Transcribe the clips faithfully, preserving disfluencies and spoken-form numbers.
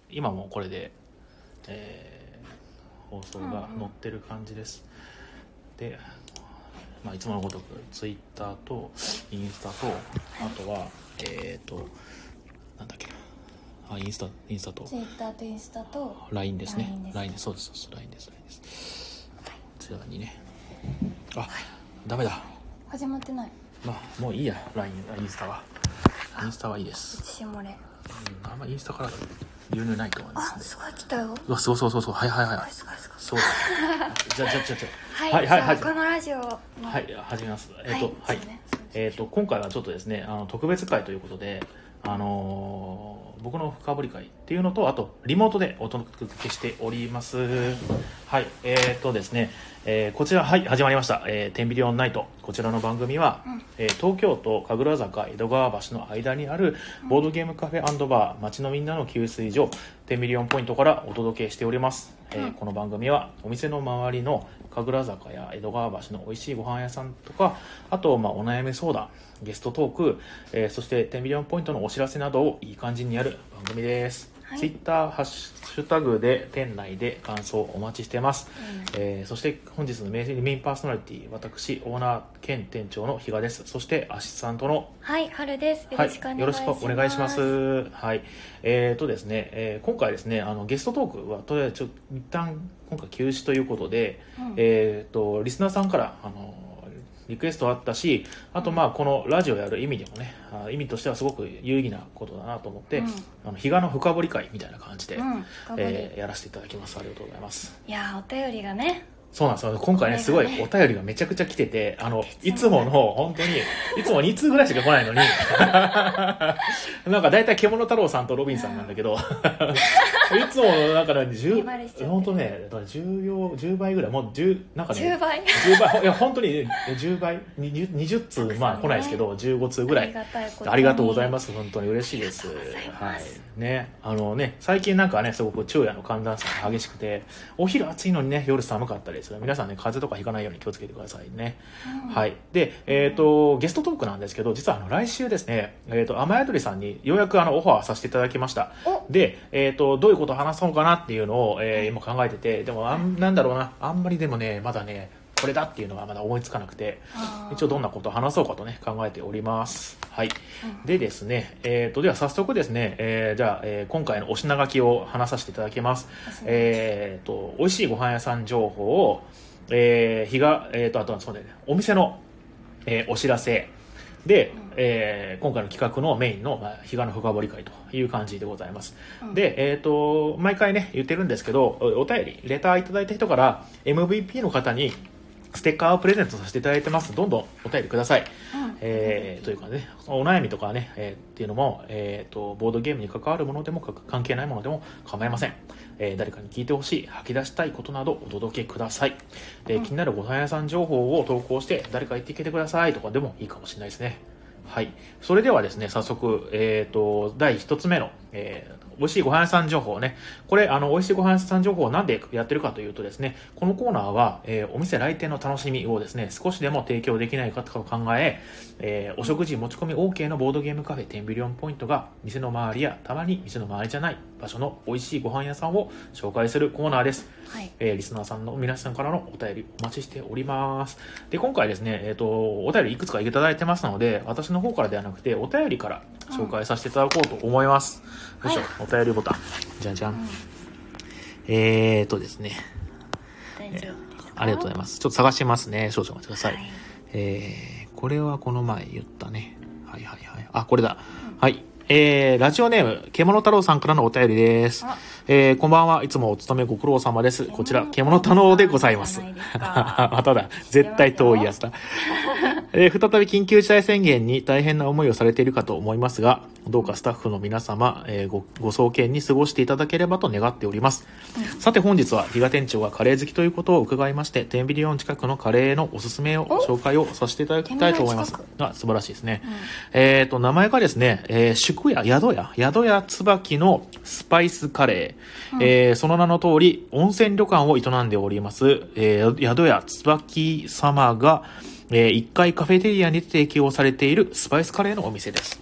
今もこれで、えー、放送が載ってる感じです、うんうん、で、まあ、いつものごとくツイッターとインスタと、あとはえっ、ー、となんだっけあインスタインスタとツイッターとインスタとライン ですね。 ライン です。 そうですそうです ライン です ライン です、はい、こちらにねあ、はい、ダメだ始まってない。 まあもういいや ライン インスタはインスタはいいです。 私もね、 うん、あんまインスタから流入ないと思いますね。 あ、すごい来たよ。 うわそうそうそうそうはいはいはいすごいすごいそうじゃあじゃあじゃあじゃあはい、 はいはいはい、 このラジオのはい始めます。えっ、ー、とはい、 ね、 えっ、ー、と今回はちょっとですね、あの特別会ということで、あのー、僕の深掘り会っていうのと、あとリモートでお届けしております。はい、えっ、ー、とですね、えー、こちらはい始まりました、えー、テンビリオンナイト。こちらの番組は、うんえー、東京都神楽坂江戸川橋の間にあるボードゲームカフェ&バー、街のみんなの給水所テンビリオンポイントからお届けしております。えー、この番組はお店の周りの神楽坂や江戸川橋の美味しいご飯屋さんとか、あと、まあ、お悩み相談、ゲストトーク、えー、そしてテンビリオンポイントのお知らせなどをいい感じにやる番組です。はい、ツイッターハッシュタグで店内で感想お待ちしてます、うんえー、そして本日のメインパーソナリティ、私オーナー兼店長の比嘉です。そしてアシスタントのはい春です。よろしくお願いします、はい、よろしくお願いします。 はいえーとですね、えー、今回ですねあのゲストトークはとりあえずちょ一旦今回休止ということで、うんえー、とリスナーさんからあのリクエストあったし、あとまあこのラジオやる意味でもね、意味としてはすごく有意義なことだなと思って、うん、あの比嘉の深掘り会みたいな感じで、うんえー、やらせていただきます。ありがとうございます。 いやお便りがねそうなんですよ。今回ね、すごいお便りがめちゃくちゃ来てて、あの、いつもの、本当に、いつもに通ぐらいしか来ないのに、なんか大体獣太郎さんとロビンさんなんだけど、いつもなんかね、じゅう、本当ね、じゅう、じゅうばいぐらい、もうじゅう、なんかね、 じゅうばい ? じゅう 倍、いや、本当にじゅうばい、にじゅう通、まあ来ないですけど、じゅうご通ぐらい。ありがとうございます。本当に嬉しいです。はい。ね、あのね、最近なんかね、すごく昼夜の寒暖差が激しくて、お昼暑いのにね、夜寒かったり、皆さんね風邪とかひかないように気をつけてくださいね、うん、はいでえっ、ー、とゲストトークなんですけど、実はあの来週ですね、えーと雨宿りさんにようやくあのオファーさせていただきました。でえっ、ー、とどういうことを話そうかなっていうのを、えー、今考えてて、でもあんなんだろうなあんまりでもねまだねこれだっていうのがまだ思いつかなくて、一応どんなことを話そうかとね考えております。はい、うん、でですね、えー、とでは早速ですね、えー、じゃあ、えー、今回のお品書きを話させていただきます。えー、と美味しいご飯屋さん情報を、えー、日が、えー、とあとはそうだよね、お店の、えー、お知らせで、うんえー、今回の企画のメインの、まあ、日賀の深掘り会という感じでございます、うん、で、えー、と毎回ね言ってるんですけど、お便りレターいただいた人から エムブイピー の方にステッカーをプレゼントさせていただいてます。どんどんお便りください、うんえー、というかねお悩みとかね、えー、っていうのも、えー、とボードゲームに関わるものでも関係ないものでも構いません。えー、誰かに聞いてほしい、吐き出したいことなどお届けください。で、うん、気になるご飯屋さん情報を投稿して誰か言ってきてくださいとかでもいいかもしれないですね。はい、それではですね早速、えー、とだいひとつめの、えー美味しいご飯屋さん情報ね。これ、あの、美味しいご飯屋さん情報をなんでやってるかというとですね、このコーナーは、えー、お店来店の楽しみをですね、少しでも提供できないかと考え、えー、お食事持ち込み OK のボードゲームカフェテンビリオンポイントが、店の周りや、たまに店の周りじゃない場所の美味しいご飯屋さんを紹介するコーナーです。はいえー、リスナーさんの皆さんからのお便りお待ちしております。で、今回ですね、えっと、お便りいくつかいただいてますので、私の方からではなくて、お便りから紹介させていただこうと思います。うん、よいしょ、はい、お便りボタン。じゃんじゃん。うん、えーとですね。 大丈夫ですか？ ありがとうございます。ちょっと探しますね。少々お待ちください。はい、えー、これはこの前言ったね。はいはいはい。あ、これだ。うん、はい。えー、ラジオネーム、獣太郎さんからのお便りです。えー、こんばんは。いつもお勤めご苦労様です。こちら、獣太郎でございます。まただ。絶対遠いやつだ。えー、再び緊急事態宣言に大変な思いをされているかと思いますが、どうかスタッフの皆様、えー、ご、ご送検に過ごしていただければと願っております。うん、さて本日は、比嘉店長がカレー好きということを伺いまして、テンビリオン近くのカレーのおすすめを紹介をさせていただきたいと思います。あ、素晴らしいですね。うん、えっと、名前がですね、えー、宿屋、宿屋、宿屋椿のスパイスカレー。うん、えー、その名の通り、温泉旅館を営んでおります、えー、宿屋椿様が、えー、いっかいカフェテリアに提供されているスパイスカレーのお店です。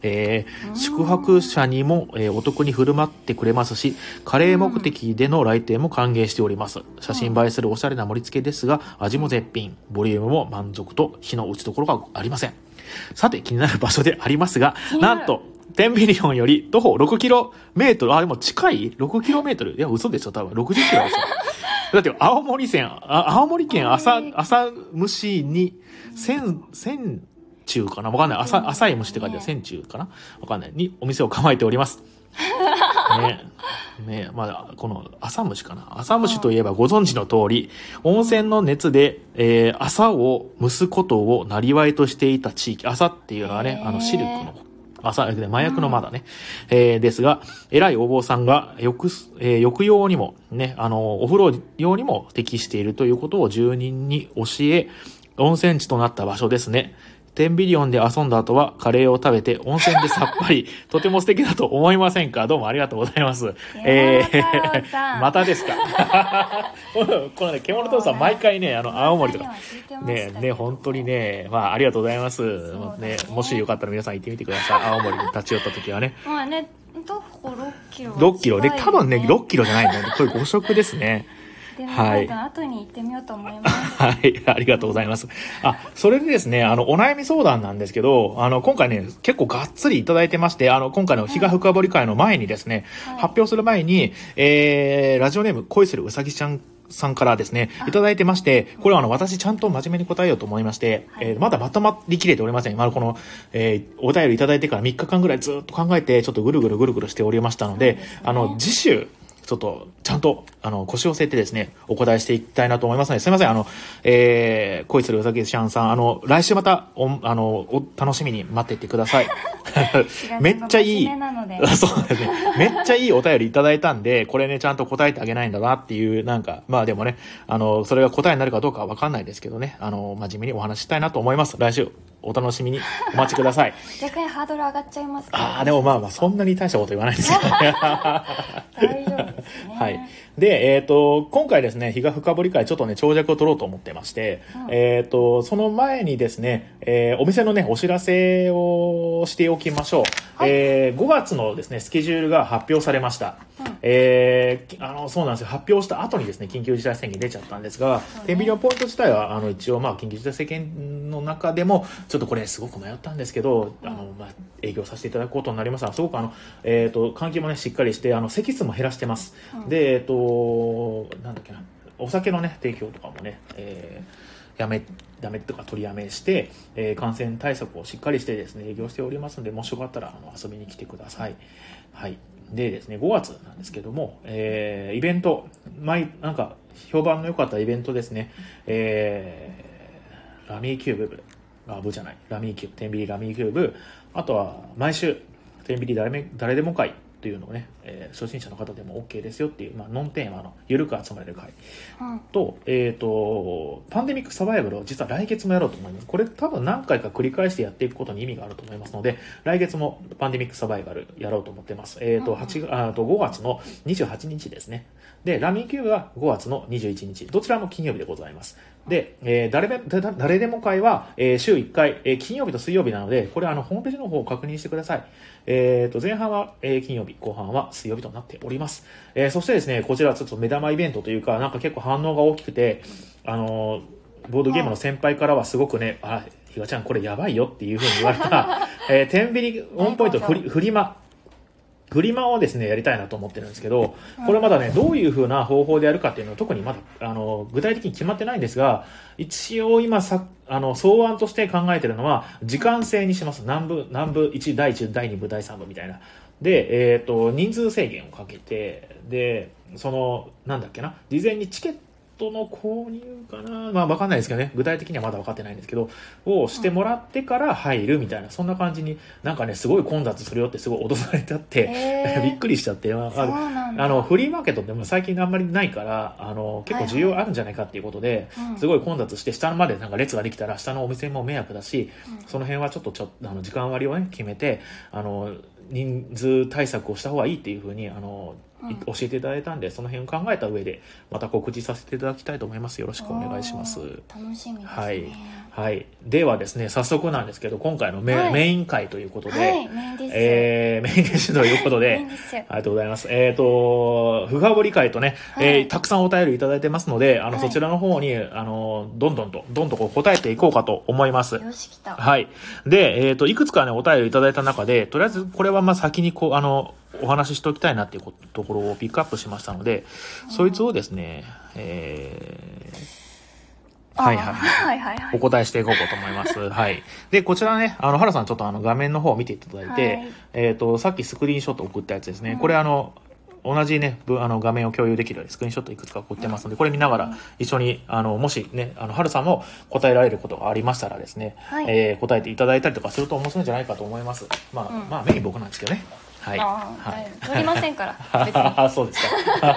えー、宿泊者にも、えー、お得に振る舞ってくれますし、カレー目的での来店も歓迎しております。写真映えするおしゃれな盛り付けですが、味も絶品、ボリュームも満足と火の打ちどころがありません。さて、気になる場所でありますが、なんとテンビリオンより徒歩ろくキロメートル、あ、でも近い ?ろくキロメートル? いや、嘘でしょ、多分。ろくじゅっキロでしょ。だって、青森県、あ青森県浅、浅虫に、千、千中かなわかんない。浅、浅い虫って書いてある。千中かなわかんない。に、お店を構えております。ね。ね、まだ、この、浅虫かな浅虫といえばご存知の通り、温泉の熱で、えー、麻を蒸すことを生業としていた地域。麻っていうのはね、あの、シルクの、麻、麻薬の麻だね。うん、えー、ですが、偉いお坊さんが、浴、えー、浴用にも、ね、あの、お風呂用にも適しているということを住人に教え、温泉地となった場所ですね。テンビリオンで遊んだ後はカレーを食べて温泉でさっぱりとても素敵だと思いませんか。どうもありがとうございます。えー、またですか。このね、獣父さん毎回ね、あの、青森とか、ね、ね、本当にね、まあ、ありがとうございます。ね、もしよかったら皆さん行ってみてください。青森に立ち寄った時はね。 まあね、徒歩ろっキロ。 ろっキロで、多分ね、ろっキロじゃないんだよね。これご食ですね。 でも、はい、後に行ってみようと思います。 はい、ありがとうございます。あ、それでですね、あの、お悩み相談なんですけど、あの、今回ね、結構がっつりいただいてまして、あの、今回の日が深掘り会の前にですね、はい、発表する前に、えー、ラジオネーム恋するうさぎちゃんさんからですね、いただいてまして、これはあの、私ちゃんと真面目に答えようと思いまして、はい、えー、まだまとまりきれておりません。まあ、この、えー、お便りいただいてからみっかかんぐらいずっと考えて、ちょっとぐるぐるぐるぐるしておりましたので、でね、あの、次週、ちょっと、ちゃんと、あの、腰を据えてですね、お答えしていきたいなと思いますので、すいません、あの、えー、恋するうさぎちゃんさん、あの、来週また、お、あの、お楽しみに待っていてください。めっちゃいい、そうですね、めっちゃいいお便りいただいたんで、これね、ちゃんと答えてあげないんだなっていう、なんか、まあでもね、あの、それが答えになるかどうかはわかんないですけどね、あの、真面目にお話ししたいなと思います。来週、お楽しみにお待ちください。 逆にハードル上がっちゃいますか、ね、 ああ、でもまあまあ、そんなに大したこと言わないんですけどね。 大丈夫ですね。 はい。で、えっ、ー、と、今回ですね、日が深掘り会、ちょっとね、長尺を取ろうと思ってまして、うん、えっ、ー、と、その前にですね、えー、お店のね、お知らせをしておきましょう。はい、えー、ごがつのですね、スケジュールが発表されました。うん、えー、あの、そうなんですよ。発表した後にですね、緊急事態宣言出ちゃったんですが、テンビリオンポイント自体は、あの、一応、まあ、緊急事態宣言の中でも、ちょっとこれすごく迷ったんですけど、うん、あの、まあ、営業させていただくことになりました。すごくあの、えっ、ー、と、換気もね、しっかりして、あの、席数も減らしてます。うん、で、えっ、ー、と、なんだっけな、お酒のね、提供とかもね、えー、やめ、ダメとか取りやめして、えー、感染対策をしっかりしてですね、営業しておりますので、もしよかったら、あの、遊びに来てください。はい。でですね、ごがつなんですけども、えー、イベント、毎、なんか、評判の良かったイベントですね、えー、ラミーキューブ部、あ、部じゃない、ラミーキューブ、テンビリラミーキューブ、あとは、毎週、テンビリ誰め誰でも会というのをね、えー、初心者の方でも OK ですよっていう、まあ、ノンテーマのゆるく集まれる会、うん、と、えっ、ー、と、パンデミックサバイバルを実は来月もやろうと思います。これ多分何回か繰り返してやっていくことに意味があると思いますので、来月もパンデミックサバイバルやろうと思ってます。えっ、ー、と、はち、あとごがつのにじゅうはちにちですね。で、ラミーキューブはごがつのにじゅういちにち。どちらも金曜日でございます。で、えー、誰で、誰でも会は、えー、週いっかい、えー、金曜日と水曜日なので、これあの、ホームページの方を確認してください。えっ、ー、と、前半は、えー、金曜日、後半は水曜日となっております。えー、そしてですね、こちらはちょっと目玉イベントというか、なんか結構反応が大きくて、あのー、ボードゲームの先輩からはすごくね、あ、ひがちゃんこれやばいよっていう風に言われた、えー、テンビリオンポイントフリ、フリマ。フリマをですね、やりたいなと思ってるんですけど、これまだね、どういう風な方法でやるかっていうのは特にまだ、あの、具体的に決まってないんですが、一応今さ、あの、草案として考えてるのは、時間制にします。何部、何部いち、だいいち部、だいに部、だいさん部みたいな。で、えっと、人数制限をかけて、で、その、なんだっけな、事前にチケット、の購入かな、まあ分かんないですけどね、具体的にはまだ分かってないんですけど、をしてもらってから入るみたいな、そんな感じになんかね、すごい混雑するよってすごい脅されちゃって、びっくりしちゃって、まあ、あの、フリーマーケットっても最近あんまりないから、あの、結構需要あるんじゃないかっていうことで、はいはい、すごい混雑して、下までなんか列ができたら、下のお店も迷惑だし、うん、その辺はちょっとちょあの時間割をね、決めて、あの、人数対策をした方がいいっていうふうに、あの、 うん、 教えていただいたんで、その辺を考えた上でまた告知させていただきたいと思います。よろしくお願いします。 楽しみですね。 はい、はい、ではですね、早速なんですけど、今回の メ,、 はい、 メイン回ということで、 はい、メインです、 えー、メインですということでありがとうございます。えっ、ー、と深掘り会とね、はい、えー、たくさんお便りいただいてますので、あの、はい、そちらの方にあのどんどんとどんどんこう答えていこうかと思います。 よし来た。 はい。で、えっ、ー、といくつかねお便りいただいた中で、とりあえずこれはまあ先にこうあのお話ししておきたいなっていうところをピックアップしましたので、そいつをですね、えー、はいはいはいはいはい、お答えしていこうかと思います。はい。で、こちらね、あの、原さんちょっとあの画面の方を見ていただいて、はい、えっと、さっきスクリーンショット送ったやつですね。うん、これあの、同じね、あの画面を共有できるようにスクリーンショットいくつか送ってますので、これ見ながら一緒に、あの、もしね、あの、春さんも答えられることがありましたらですね、はい、えー、答えていただいたりとかすると面白いんじゃないかと思います。まあ、うん、まあ、メイン僕なんですけどね。はい。 ああ、はい。乗りませんから。別に。そうですか。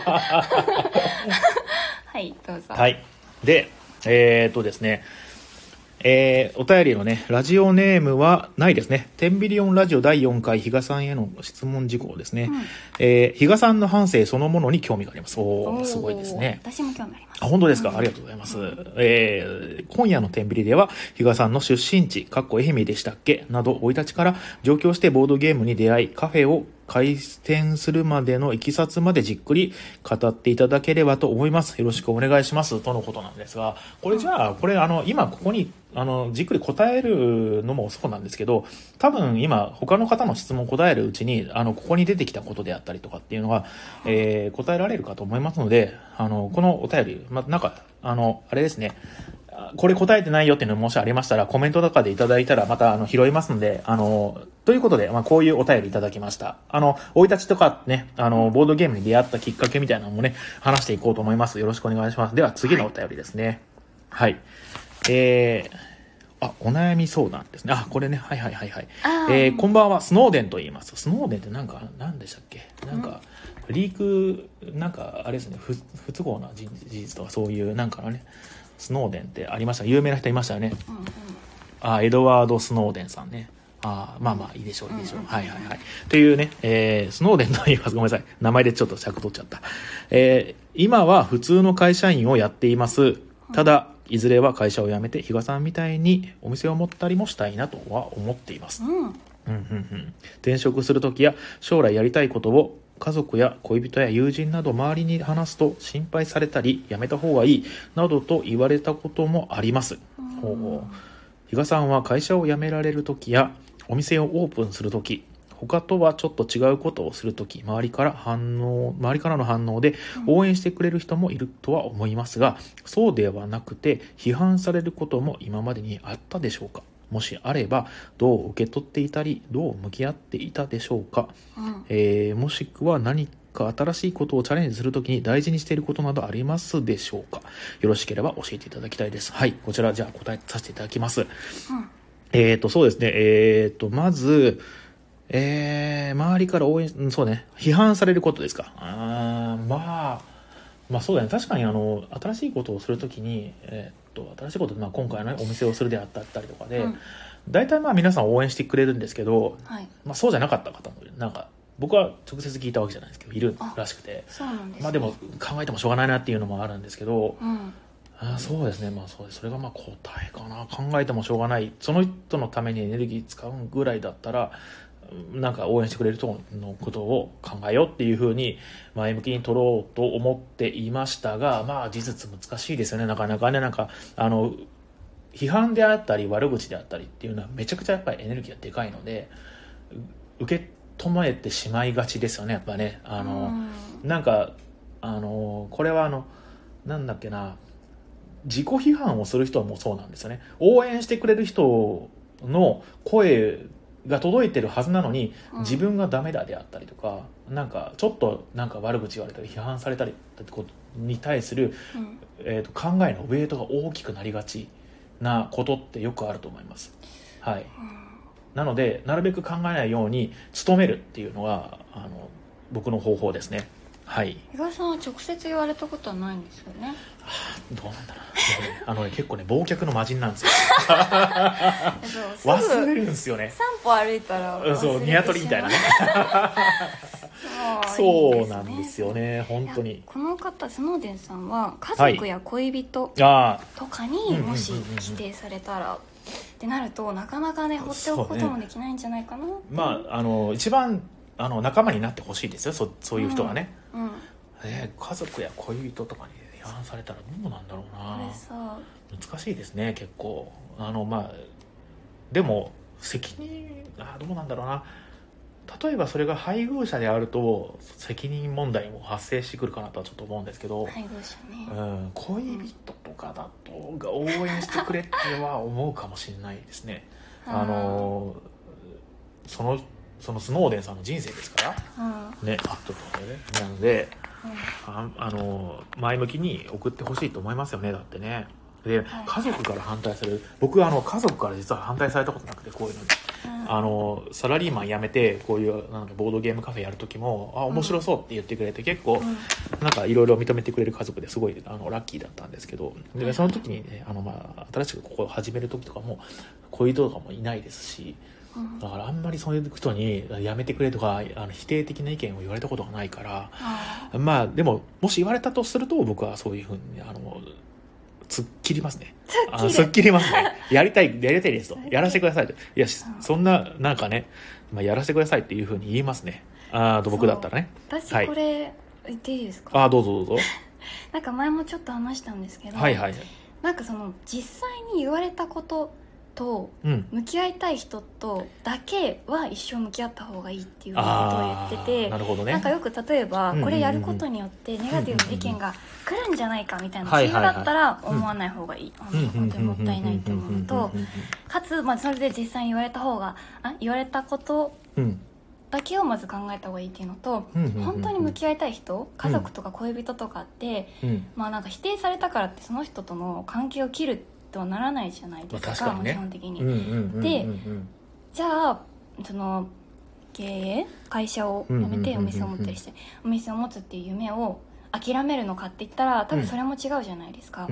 はい、どうぞ。 はい。で、えー、っとですね、えー、お便りのね、ラジオネームはないですね。テンビリオンラジオだいよんかい、比嘉さんへの質問事項ですね。うん、えー、比嘉さんの半生そのものに興味があります。おー、すごいですね。 私も興味あります。 あ、本当ですか、うん、ありがとうございます。うん、えー、今夜のテンビリでは、比嘉さんの出身地、かっこ愛媛でしたっけなど、生い立ちから上京してボードゲームに出会い、カフェを開店するまでのいきさつまでじっくり語っていただければと思います。よろしくお願いします。とのことなんですが、これじゃあ、これあの、今ここに、あの、じっくり答えるのもそうなんですけど、多分今、他の方の質問を答えるうちに、あの、ここに出てきたことであったりとかっていうのが、えー、答えられるかと思いますので、あの、このお便り、ま、なんか、あの、あれですね、これ答えてないよっていうのもしありましたら、コメントとかでいただいたらまたあの拾いますので、あの、ということで、まあこういうお便りいただきました。あの、生い立ちとかね、あの、ボードゲームに出会ったきっかけみたいなのもね、話していこうと思います。よろしくお願いします。では次のお便りですね。はい。はい、えー、あ、お悩み相談ですね。あ、これね、はいはいはいはい。えー、こんばんは、スノーデンと言います。スノーデンってなんか、なんでしたっけなんか、リーク、なんか、あれですね、不、不都合な事実とかそういう、なんかのね、スノーデンってありました。有名な人いましたよね。うんうん、あ、エドワード・スノーデンさんね。あ、まあまあいいでしょう、いいでしょう。うんうん、はいはいはい。というね、えー、スノーデンと言います。ごめんなさい。名前でちょっと尺取っちゃった。えー、今は普通の会社員をやっています。ただ、いずれは会社を辞めて、比嘉さんみたいにお店を持ったりもしたいなとは思っています。うん。うんうんうん。転職するときや将来やりたいことを家族や恋人や友人など周りに話すと心配されたりやめた方がいいなどと言われたこともあります。ほう。比嘉さんは会社を辞められるときやお店をオープンするとき、他とはちょっと違うことをするとき、周りから反応、周りからの反応で応援してくれる人もいるとは思いますが、そうではなくて批判されることも今までにあったでしょうか。もしあればどう受け取っていたりどう向き合っていたでしょうか。うん、えー、もしくは何か新しいことをチャレンジするときに大事にしていることなどありますでしょうか。よろしければ教えていただきたいです。はい、こちらじゃあ答えさせていただきます。うん、えーとそうですね、えーとまずえー、周りから応援、そうね、批判されることですか。あまあ、まあそうだね。確かにあの、新しいことをするときに、えー、っと、新しいこと、まあ今回の、ね、お店をするであったりとかで、うん、大体まあ皆さん応援してくれるんですけど、はい、まあそうじゃなかった方もいる。なんか、僕は直接聞いたわけじゃないですけど、いるらしくて。 そうなんですね。 まあでも考えてもしょうがないなっていうのもあるんですけど、 うん、 あそうですね。まあそうです。それがまあ答えかな。考えてもしょうがない。その人のためにエネルギー使うぐらいだったら、なんか応援してくれる人のことを考えようっていうふうに前向きに取ろうと思っていましたが、まあ事実難しいですよね。なかなかね、なんかあの批判であったり悪口であったりっていうのはめちゃくちゃやっぱりエネルギーがでかいので受け止めてしまいがちですよね。やっぱね、あのなんかあのこれはあのなんだっけな、自己批判をする人もそうなんですよね。応援してくれる人の声が届いてるはずなのに、うん、自分がダメだであったりとか、なんかちょっとなんか悪口言われたり批判されたりってことに対する、うん、えーと、考えのウェイトが大きくなりがちなことってよくあると思います。はい。うん、なのでなるべく考えないように努めるっていうのがあの僕の方法ですね。はい。 比嘉さんは直接言われたことはないんですよね。 はあ、どうなんだろう。ね、あのね、結構ね忘却の魔人なんですよ。忘れるんですよね。 散歩歩いたらそうニワトリみたいなね。 そうなんですよね、本当に。 この方スノーデンさんは家族や恋人とかにもし否定されたらってなると、なかなかね放っておくこともできないんじゃないかな、ね、 まああの一番あの仲間になってほしいですよ、 そ, そういう人がね、うんうんえー、家族や恋人とかに批判されたらどうなんだろうな。 これさ難しいですね結構。あのまあでも責任あどうなんだろうな。例えばそれが配偶者であると責任問題も発生してくるかなとはちょっと思うんですけど、 配偶者ね、 うん、恋人とかだとが応援してくれっては思うかもしれないですね。あのそのそのスノーデンさんの人生ですから、うん、ねあちょっと待ってねなので、うん、ああの前向きに送ってほしいと思いますよね。だってねで、はい、家族から反対される。僕はあの家族から実は反対されたことなくて、こういうのに、うん、あのサラリーマン辞めてこういうなんかボードゲームカフェやる時もあ面白そうって言ってくれて、結構、うん、なんかいろいろ認めてくれる家族ですごいあのラッキーだったんですけど、でその時にねあの、まあ、新しくここを始める時とかも恋人とかもいないですし、だからあんまりそういう人にやめてくれとかあの否定的な意見を言われたことがないから、あまあでももし言われたとすると僕はそういうふうにあの突っ切りますね。あ突っ切りますね。やりたいやりたいですとやらせてくださいと。いやそんななんかね、まあ、やらせてくださいっていうふうに言いますね。あと僕だったらね。 私これ、はい、言っていいですか。 あどうぞどうぞ。 なんか前もちょっと話したんですけど、 はいはい、 なんかその実際に言われたことと向き合いたい人とだけは一生向き合った方がいいっていうことを言ってて、 なるほどね、 なんかよく例えばこれやることによってネガティブな意見が来るんじゃないかみたいな、自分だったら思わない方がいい、本当にもったいないと思うのと、かつ、まあ、それで実際に言われた方があ言われたことだけをまず考えた方がいいっていうのと、本当に向き合いたい人、家族とか恋人とかって、まあなんか否定されたからってその人との関係を切るとはならないじゃないですか、まあね、基本的に、うんうんうんうん、でじゃあその経営会社を辞めてお店を持ったりしてお店を持つっていう夢を諦めるのかって言ったら多分それも違うじゃないですか、うん、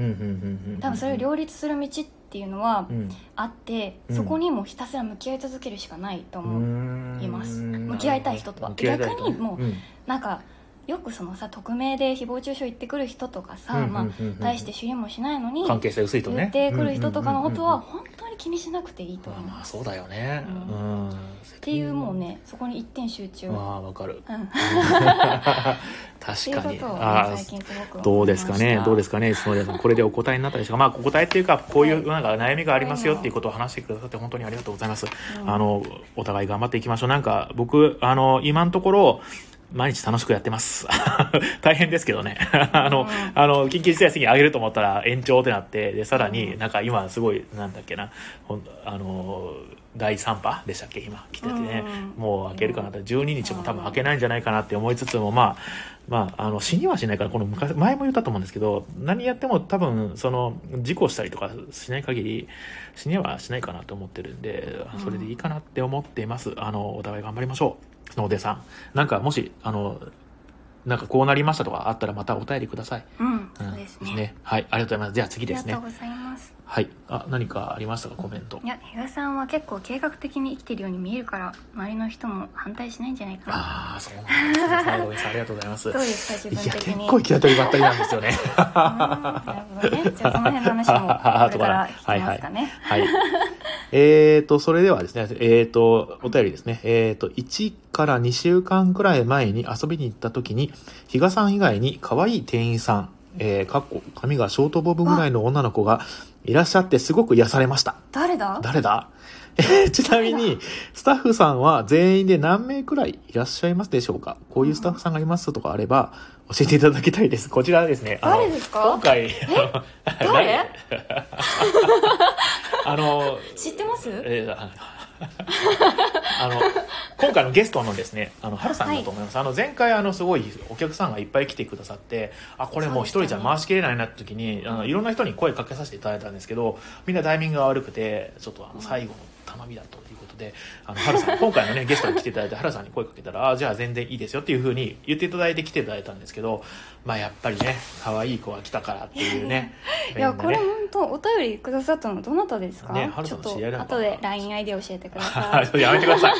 多分それを両立する道っていうのはあって、うん、そこにもひたすら向き合い続けるしかないと思います。向き合いたい人とは逆にもうなんかよくそのさ匿名で誹謗中傷言ってくる人とかさ、まあ、大して知りもしないのに関係性薄いとね言ってくる人とかのことは本当に気にしなくていいと思います、 まあ、そうだよね、 うんうん、っていうもうねそこに一点集中。 ああわかる、うん、確かに、 ね、 あ最近すごくどうですかねどうですかねそのこれでお答えになったでしょうか。まあお答えっていうかこういうなんか悩みがありますよっていうことを話してくださって本当にありがとうございます、うん、あのお互い頑張っていきましょう。なんか僕あの今のところ毎日楽しくやってます大変ですけどねあの、うん、あの緊急事態宣言上げると思ったら延長ってなってでさらになんか今すごいなんだっけなあのだいさん波でしたっけ今来ててね、うん、もう開けるかなってじゅうににちも多分開けないんじゃないかなって思いつつもまあまああの死にはしないからこの昔前も言ったと思うんですけど何やっても多分その事故したりとかしない限り死にはしないかなと思ってるんでそれでいいかなって思っています。あのお互い頑張りましょう。スノーデンさんなんかもしあのなんかこうなりましたとかあったらまたお便りください。 うん、うん、そうですね。ねはいありがとうございます。じゃあ次ですね。 ありがとうございます。 はいあ何かありましたかコメント。 いや比嘉さんは結構計画的に生きてるように見えるから周りの人も反対しないんじゃないかな。 ああそうなんですね。最後にありがとうございます。 どうですか自分的に。いや結構行き当たりばったりなんですよね。 なるほどね。じゃあその辺の話もこれから聞きますかね。 はい、はいはい、えーとそれではですねえーとお便りですねえーといちからにしゅうかんくらい前に遊びに行った時に比嘉さん以外に可愛い店員さんえー、かっこ髪がショートボブぐらいの女の子がいらっしゃってすごく癒されました。 誰だ誰だえちなみにスタッフさんは全員で何名くらいいらっしゃいますでしょうか。こういうスタッフさんがいますとかあれば教えていただきたいです。こちらですね誰ですか今回誰あの知ってます、 えーあの今回のゲストのですねあの春さんだと思います、はい、あの前回あのすごいお客さんがいっぱい来てくださってあこれもう一人じゃ回しきれないなって時に、ね、あのいろんな人に声かけさせていただいたんですけどみんなタイミングが悪くてちょっとあの最後の頼みだということで、あの春さん今回のねゲストに来ていただいて春さんに声かけたら、あじゃあ全然いいですよっていう風に言っていただいて来ていただいたんですけど、まあやっぱりね可愛い子が来たからっていうねいや、ね、これ本当お便りくださったのどなたですか？ ね、春さんの知り合いなのかな。 ちょっと後で ライン アイディア教えてください。 やめてください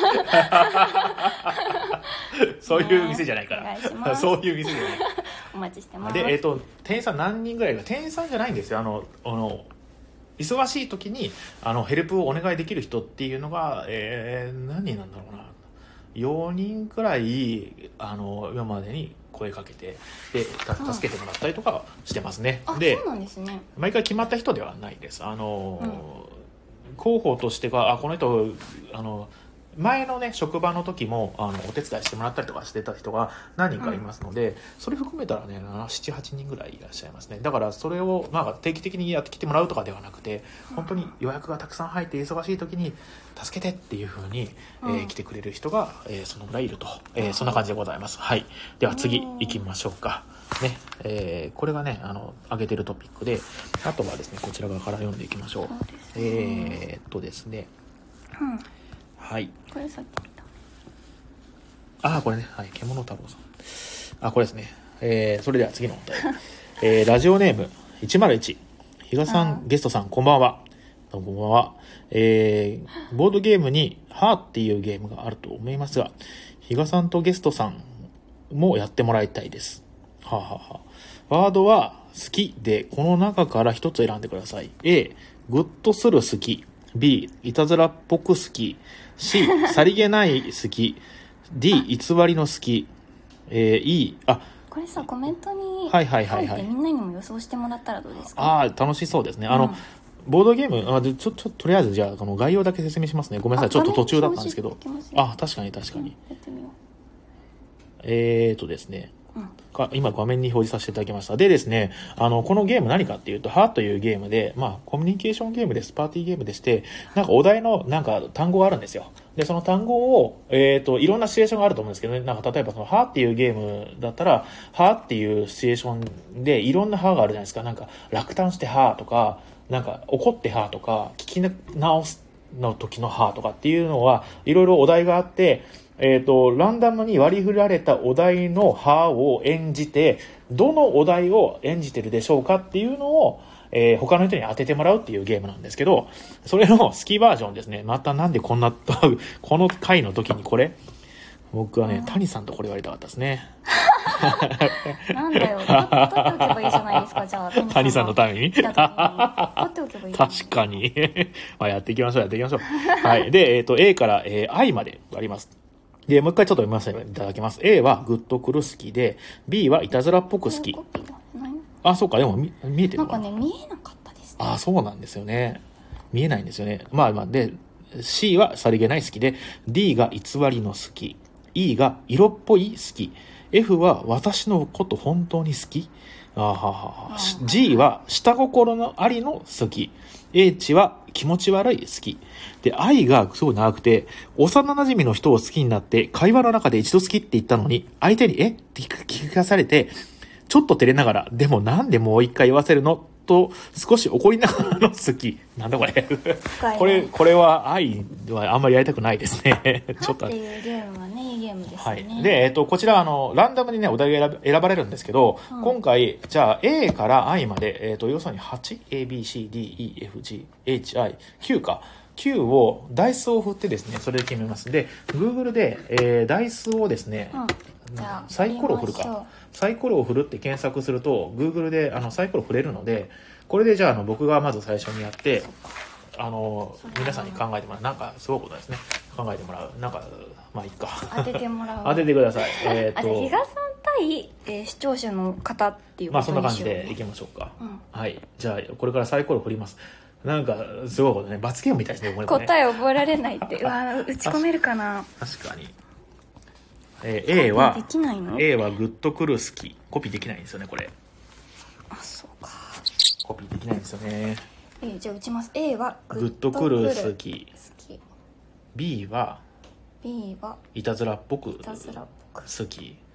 そういう店じゃないから、 ね、お願いします。 そういう店じゃないお待ちしてます。 で、えーと、店員さん何人ぐらいが、店員さんじゃないんですよ。あのあの忙しい時にあのヘルプをお願いできる人っていうのが、えー、何人なんだろうな、よにんくらいあの今までに声かけてで助けてもらったりとかしてますね。 あ、 で、 そうなんですね。 毎回決まった人ではないです。あの、 うん、 候補としてが、あこの人あの前のね職場の時もあのお手伝いしてもらったりとかしてた人が何人かいますので、うん、それ含めたらねなな、はちにんぐらいいらっしゃいますね。だからそれをなんか定期的にやってきてもらうとかではなくて、本当に予約がたくさん入って忙しい時に助けてっていう風に、うん、えー、来てくれる人が、えー、そのぐらいいると、えー、そんな感じでございます。はい。では次行きましょうかね。えー、これがねあの上げてるトピックで、あとはですねこちら側から読んでいきましょう。えー、っとですね、 うん、 はい、 これさっき見た。 あ、これね、はい、獣太郎さん。あ、これですね。えー、それでは次のお題。えー、ラジオネームいちまるいち。比嘉さん、ゲストさん、こんばんは。どうもこんばんは。えー、ボードゲームに、ハーっていうゲームがあると思いますが、比嘉さんとゲストさんもやってもらいたいです。はあ、ははあ、ワードは、好きで、この中から一つ選んでください。A、グッとする好き。B、いたずらっぽく好き。C、さりげない好き。D、偽りの好き。えー、E、あ、 これさコメントにはいはいはいはい、 書いてみんなにも予想してもらったらどうですか？ ああ、楽しそうですね。あの、うん、ボードゲーム、あちょちょとりあえずじゃあこの概要だけ説明しますね。ごめんなさい、ちょっと途中だったんですけど。あ、確かに確かに。 やってみよう。 えーとですね。 うん、 今画面に表示させていただきました。でですね、あのこのゲーム何かっていうと、ハーというゲームで、まあコミュニケーションゲームです。パーティーゲームでして、なんかお題のなんか単語があるんですよ。でその単語をえっといろんなシチュエーションがあると思うんですけどね。なんか例えばそのハーっていうゲームだったら、ハーっていうシチュエーションでいろんなハーがあるじゃないですか。なんか落胆してハーとか、なんか怒ってハーとか、聞き直すの時のハーとかっていうのはいろいろお題があって。えっと、ランダムに割り振られたお題の派を演じて、どのお題を演じてるでしょうかっていうのを、えー、他の人に当ててもらうっていうゲームなんですけど、それの好きバージョンですね。またなんでこんな、この回の時にこれ僕はね、谷さんとこれ言われたかったですね。 なんだよ、取っておけばいいじゃないですか、じゃあ。 谷さんのために。取っておけばいい。 確かに。まあやっていきましょう、やっていきましょう。はい。で、えっと、A から、えー、I まであります。で、もう一回ちょっと読ませていただきます。A はグッとくる好きで、B はいたずらっぽく好き。あ、そうか、でも見、見えてるのかな。 なんかね、見えなかったですね。 あ、そうなんですよね。見えないんですよね。まあまあ、で、C はさりげない好きで、D が偽りの好き。E が色っぽい好き。F は私のこと本当に好き。あははは。G は下心のありの好き。H は気持ち悪い好き。で、I がすごい長くて、幼馴染の人を好きになって、会話の中で一度好きって言ったのに、相手にえって聞かされて、ちょっと照れながら、でもなんでもう一回言わせるのと、少し怒りながらの好き。なんだこれ。これ、これは愛はあんまりやりたくないですね。ちょっと。 っていうゲームはね、いいゲームですね。 はい。で、えっと、こちら、あの、ランダムにね、お題が選選ばれるんですけど、うん、今回、じゃあ、A から I まで、えっと、要するに はち、A、B、C、D、E、F、G、H、I、Q か。Q を、ダイスを振ってですね、それで決めます。で、Google で、えー、ダイスをですね、うんサイコロを振るか。サイコロを振るって検索すると、Google であのサイコロ振れるので、これでじゃあ、あの僕がまず最初にやって、あの、皆さんに考えてもらう。なんかすごいことですね。考えてもらう。なんか、まあいいか。 当ててもらう。 当ててください。 えー、っと。比嘉さん対、えー、視聴者の方っていうことにしよう。 まあそんな感じでいきましょうか。 うん、 はい。じゃあ、これからサイコロ振ります。なんか、すごいことね。罰ゲームみたいですね、これね。 答え覚えられないって。うわ、打ち込めるかな。 確かに。えー、A はできないの A はグッとくる好き。コピーできないんですよね、これ。 あ、そうか。 コピーできないんですよね。 えー、じゃあ打ちます。A はグッとくる好き。 好き。 B は B はいたずらっぽくいたずらっぽく好き。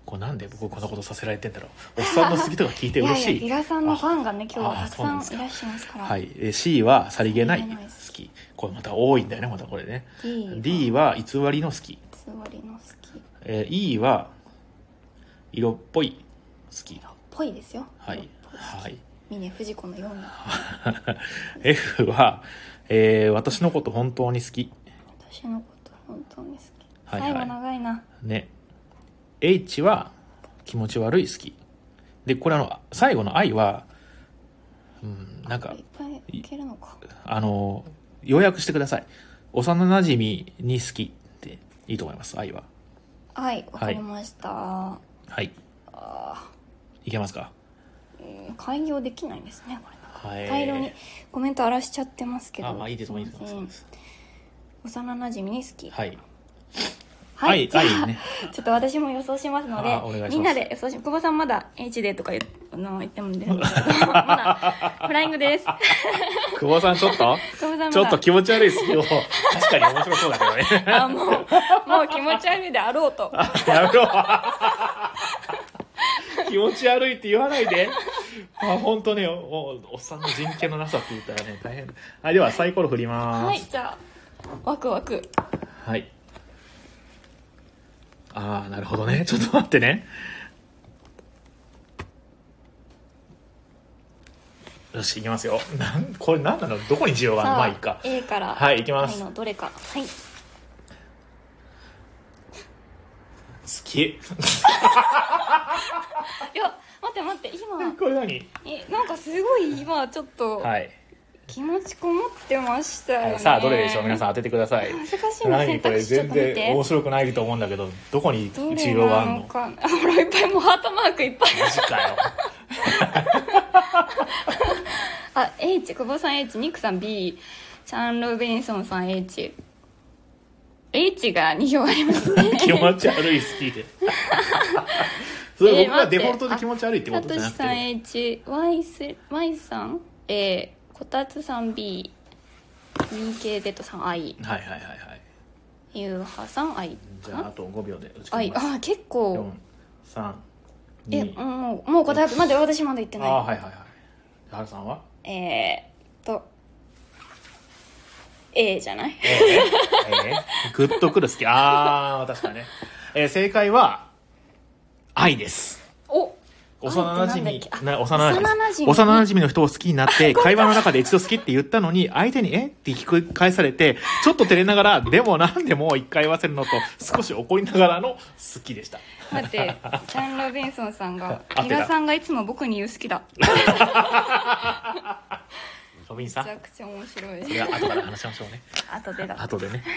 これなんで僕こんなことさせられてんだろう。おっさんの好きとか聞いて嬉しい。いやいや、 ビラさんのファンがね今日はたくさんいらっしゃいますから。 はい、 C はさりげない好き。これまた多いんだよね、またこれね。 D, D は偽りの好き。偽りの好き、 えー、E は色っぽい好き。 色っぽいですよ。 はいはい。 峰不二子のように F は、えー、私のこと本当に好き。 私のこと本当に好き、 はいはい、 最後長いなね。H は気持ち悪い好きで、これあの最後の I は、うん、なんかいっぱいいけるのか。 あの要約してください。幼なじみに好きっていいと思います。 I は。 はい、わかりました。 はい、 あいけますか。 うん、開業できないんですねこれ。 はい、 大量にコメント荒らしちゃってますけど。 あ、まあいいですもいいですもいいです。 幼なじみに好き。 はいはい、 はい、 じゃあ、 はいね、 ちょっと私も予想しますので、みんなで予想し、久保さんまだ H でとか言あの言ってもいいんですけど、まだフライングです。 久保さんちょっと久保さんちょっと気持ち悪い好きを確かに面白そうだけどね。 あ、もうもう気持ち悪いであろうと。 やめろ。気持ち悪いって言わないで。あ、本当ね、お, おっさんの人権のなさって言ったらね大変。はい、ではサイコロ振ります。 はい、じゃあワクワク。 はい。ああ、なるほどね。ちょっと待ってね。よし、いきますよ。なんこれ何なの、どこに需要があるの。まあいいか。 A からはい、いきます。 のどれか。はい、好き。いや待って待って、今これ何、 えなんかすごい今ちょっと、 はい、 気持ちこもってましたよね、 はい、さあどれでしょう。皆さん当ててください。 難しいな。 何これ、全然面白くないと思うんだけど、どこに需要があるの。 かあ、ほらいっぱい、もうハートマークいっぱい。 マジかよ。 あ、H、久保さん H、ニックさん B、チャン・ロビンソンさん H、 H がに票ありますね。 気持ち悪い好きで。それ僕がデフォルトで気持ち悪いってことじゃなくて、 サトシさん H、 Y ス Y さん A、 こたつさん B、 ビーケーゼット さん I、 はいはいはいはい。 ゆうはさん I。 じゃああとごびょうで打ち込みます。 あ、結構。 よん、さん、 え、 に、 もうもう答えまで私まだ言ってない。 あ、はいはいはい。はるさんはえーっと A じゃない？ A、えー、グッとくる好き。あー、確かにね、えー、正解は愛です。 お、 幼なじみ、な幼なじみ幼なじみの人を好きになって会話の中で一度好きって言ったのに相手にえって聞き返されてちょっと照れながらでもなんでもう一回言わせるのと少し怒りながらの好きでした。 待って、チャン・ロビンソンさんが比嘉さんがいつも僕に言う好きだ。 ロビンさん、 めちゃくちゃ面白い。 それは後から話しましょうね。 後でだ。 後でね。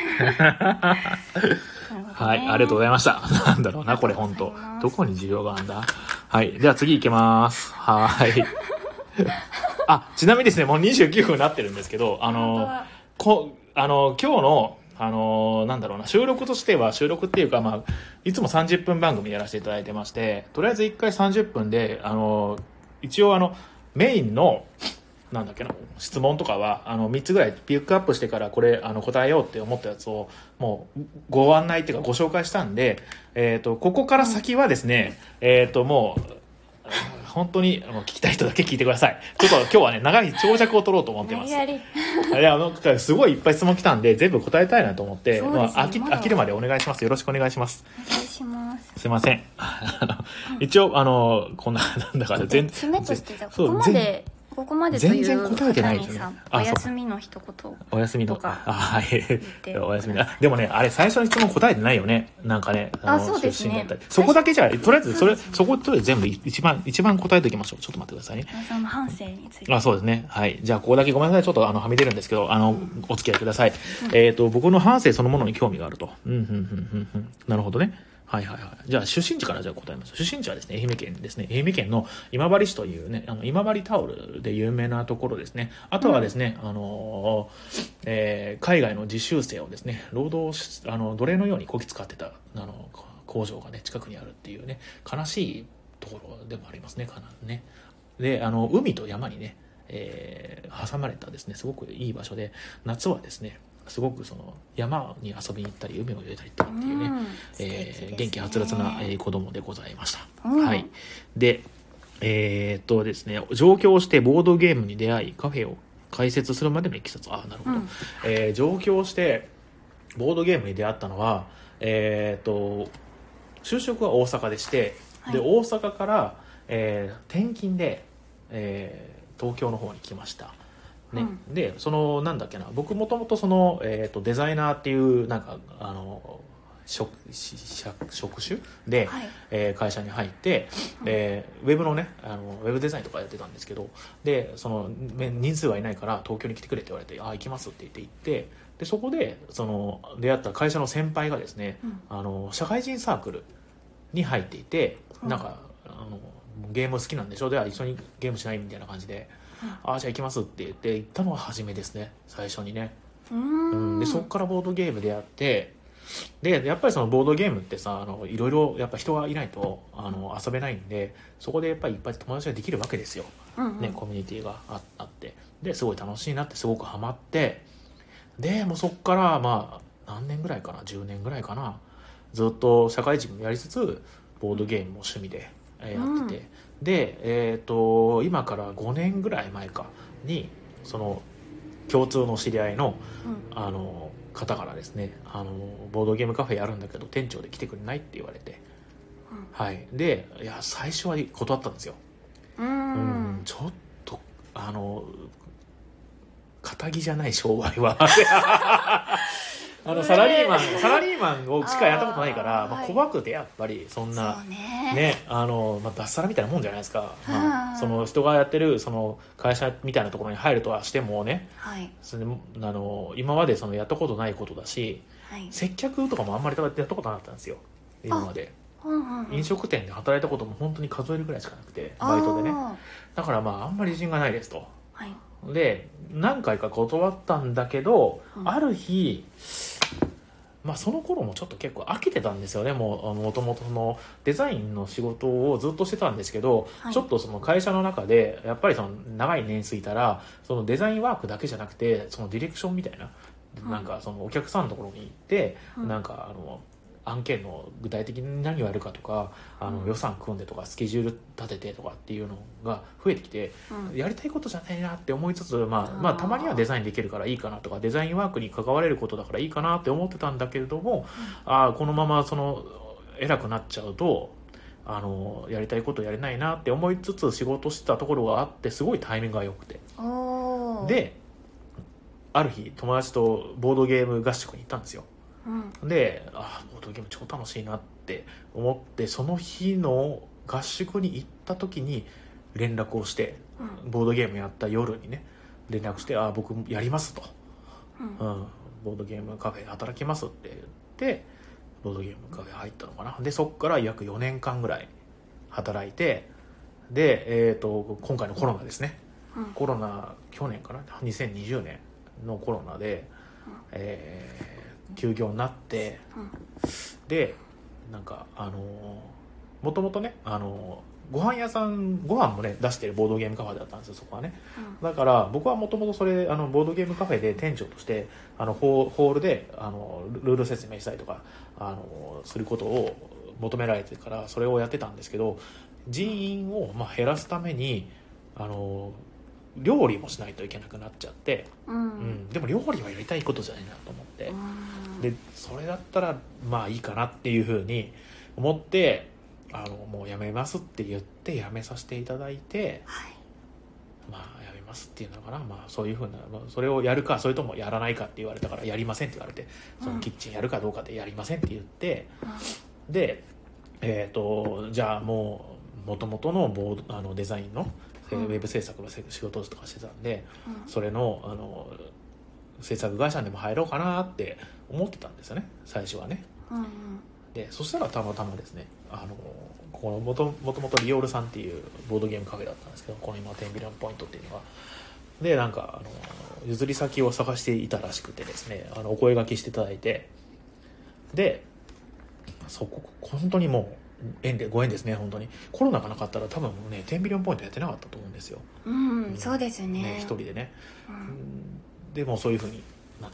ね、 はい、ありがとうございました。なんだろうな、これ本当。どこに需要があるんだ。はい、では次行きます。はい。あ、ちなみにですね、もうにじゅうきゅうふんになってるんですけど、あの、こ、あの、今日の、あの、なんだろうな、収録としては、収録っていうか、まあ、いつもさんじゅっぷん番組やらせていただいてまして、とりあえずいっかいさんじゅっぷんで、あの、一応あの、メインの、なんだっけな、質問とかはあのみっつぐらいピックアップしてからこれあの答えようって思ったやつをもうご案内っていうかご紹介したんで、えー、とここから先はですね、えー、ともう本当に聞きたい人だけ聞いてください。ちょっと今日はね長い長尺を取ろうと思ってます。 やりあれあのすごいいっぱい質問来たんで全部答えたいなと思って、 そうですね、 まあ、飽き飽きるまでお願いします。よろしくお願いします。 お願いします。 すいません。一応あのこんななんだから全締めとしてじゃここまでここまでという全然答えてないですよね。 お休みの一言お休みのかあはいお休みだ。でもねあれ最初の質問答えてないよね。なんかねあそうですね。 そこだけじゃとりあえずそれそことりあえず全部一番一番答えておきましょう。ちょっと待ってくださいね。 その反省について。 あそうですね。はいじゃあここだけごめんなさい。ちょっとあのはみ出るんですけどあのお付き合いください。うん、えっと僕の反省そのものに興味があると。うんうんうんうんうんなるほどね。はいはいはい。じゃあ出身地からじゃあ答えます。出身地はですね愛媛県ですね。愛媛県の今治市というねあの今治タオルで有名なところですね。あとはですね、うん、あの、えー、海外の実習生をですね労働あの奴隷のようにこき使ってたあの工場がね近くにあるっていうね悲しいところでもありますね。かなね。であの海と山にね、えー、挟まれたですねすごくいい場所で夏はですねすごくその山に遊びに行ったり海を泳いだりっていうね、 うんえー、元気はつらつな、えー、子供でございました、 うん、 はい。でえー、っとですね上京してボードゲームに出会いカフェを開設するまでのいきさつ。あ、なるほど、うん、えー、上京してボードゲームに出会ったのは、えー、っと就職は大阪でして、はい、で大阪から、えー、転勤で、えー、東京の方に来ましたね、うん、でそのなんだっけな僕もともとその、えー、とデザイナーっていうなんかあの職, 職種で、はい、えー、会社に入って、うん、えー、ウェブのねあのウェブデザインとかやってたんですけど、でその人数がいないから東京に来てくれって言われて、あ、行きますって言って行って、でそこでその出会った会社の先輩がですね、うん、あの社会人サークルに入っていて、うん、なんかあのゲーム好きなんでしょ、では一緒にゲームしないみたいな感じで、うん、あ、じゃあ行きますって言って行ったのが初めですね、最初にね。うーん、うん、でそこからボードゲームでやって、でやっぱりそのボードゲームってさ、あのいろいろやっぱ人がいないとあの遊べないんで、そこでやっぱりいっぱい友達ができるわけですよ、うんうん、ね、コミュニティが あ, あってですごい楽しいなってすごくハマって、でもうそこからまあ何年ぐらいかな、じゅうねんぐらいかな、ずっと社会人もやりつつボードゲームも趣味でやってて、うん、で、えー、と今からごねんぐらい前かにその共通の知り合いの、うん、あの方からですね、あのボードゲームカフェやるんだけど店長で来てくれないって言われて、うん、はい、でいや最初は断ったんですよ。うん、うん、ちょっとあの堅気じゃない商売はあのサラリーマンサラリーマンをしかやったことないから、まあ、怖くてやっぱりそんな、ねね、あのまあ、脱サラみたいなもんじゃないですか、まあ、その人がやってるその会社みたいなところに入るとはしてもね、はい、それあの今までそのやったことないことだし、はい、接客とかもあんまりやったことなかったんですよ今まで。飲食店で働いたことも本当に数えるぐらいしかなくて、バイトでね。だからまああんまり自信がないですと、はい、で何回か断ったんだけど、うん、ある日、まあ、その頃もちょっと結構飽きてたんですよね。もうもともとのデザインの仕事をずっとしてたんですけど、はい、ちょっとその会社の中でやっぱりその長い年数いたらそのデザインワークだけじゃなくてそのディレクションみたいな、うん、なんかそのお客さんのところに行って、うん、なんかあの案件の具体的に何をやるかとか、あの予算組んでとかスケジュール立ててとかっていうのが増えてきて、うん、やりたいことじゃないなって思いつつ、まあ、まあたまにはデザインできるからいいかなとかデザインワークに関われることだからいいかなって思ってたんだけれども、うん、あこのままその偉くなっちゃうとあのやりたいことやれないなって思いつつ仕事してたところがあって、すごいタイミングが良くて、である日友達とボードゲーム合宿に行ったんですよ。うん、であボードゲーム超楽しいなって思って、その日の合宿に行った時に連絡をして、うん、ボードゲームやった夜にね連絡して、あ僕やりますと、うんうん、ボードゲームカフェで働きますって言ってボードゲームカフェ入ったのかな。でそこから約よねんかんぐらい働いて、で、えー、と今回のコロナですね、うん、コロナ去年かなにせんにじゅうねんのコロナで、うんえー休業になって、うん、でなんかあのもともとねあのご飯屋さんご飯もね出してるボードゲームカフェだったんですよそこはね、うん、だから僕はもともとそれあのボードゲームカフェで店長としてあのホールであのルール説明したりとかあのすることを求められてからそれをやってたんですけど、人員をまあ減らすためにあの料理もしないといけなくなっちゃって、うんうん、でも料理はやりたいことじゃないなと思って、うん、でそれだったらまあいいかなっていうふうに思ってあのもうやめますって言ってやめさせていただいて、はい、まあやめますっていうのかな、まあ、そういうふうなそれをやるかそれともやらないかって言われたからやりませんって言われて、そのキッチンやるかどうかでやりませんって言って、うん、で、えーと、じゃあもう元々のボードあのデザインのウェブ制作の仕事とかしてたんで、うん、それの、あの制作会社にも入ろうかなって思ってたんですよね最初はね、うんうん、でそしたらたまたまですねあのこのもともとリオールさんっていうボードゲームカフェだったんですけど、この今テンビリオンポイントっていうのがでなんかあの譲り先を探していたらしくてですね、あのお声掛けしていただいて、でそこ本当にもう縁でご縁ですね。本当にコロナがなかったら多分ねテンビリオンポイントやってなかったと思うんですよ、 うんうん、そうですねね一人でね、うん、でもそういう風になんだっけな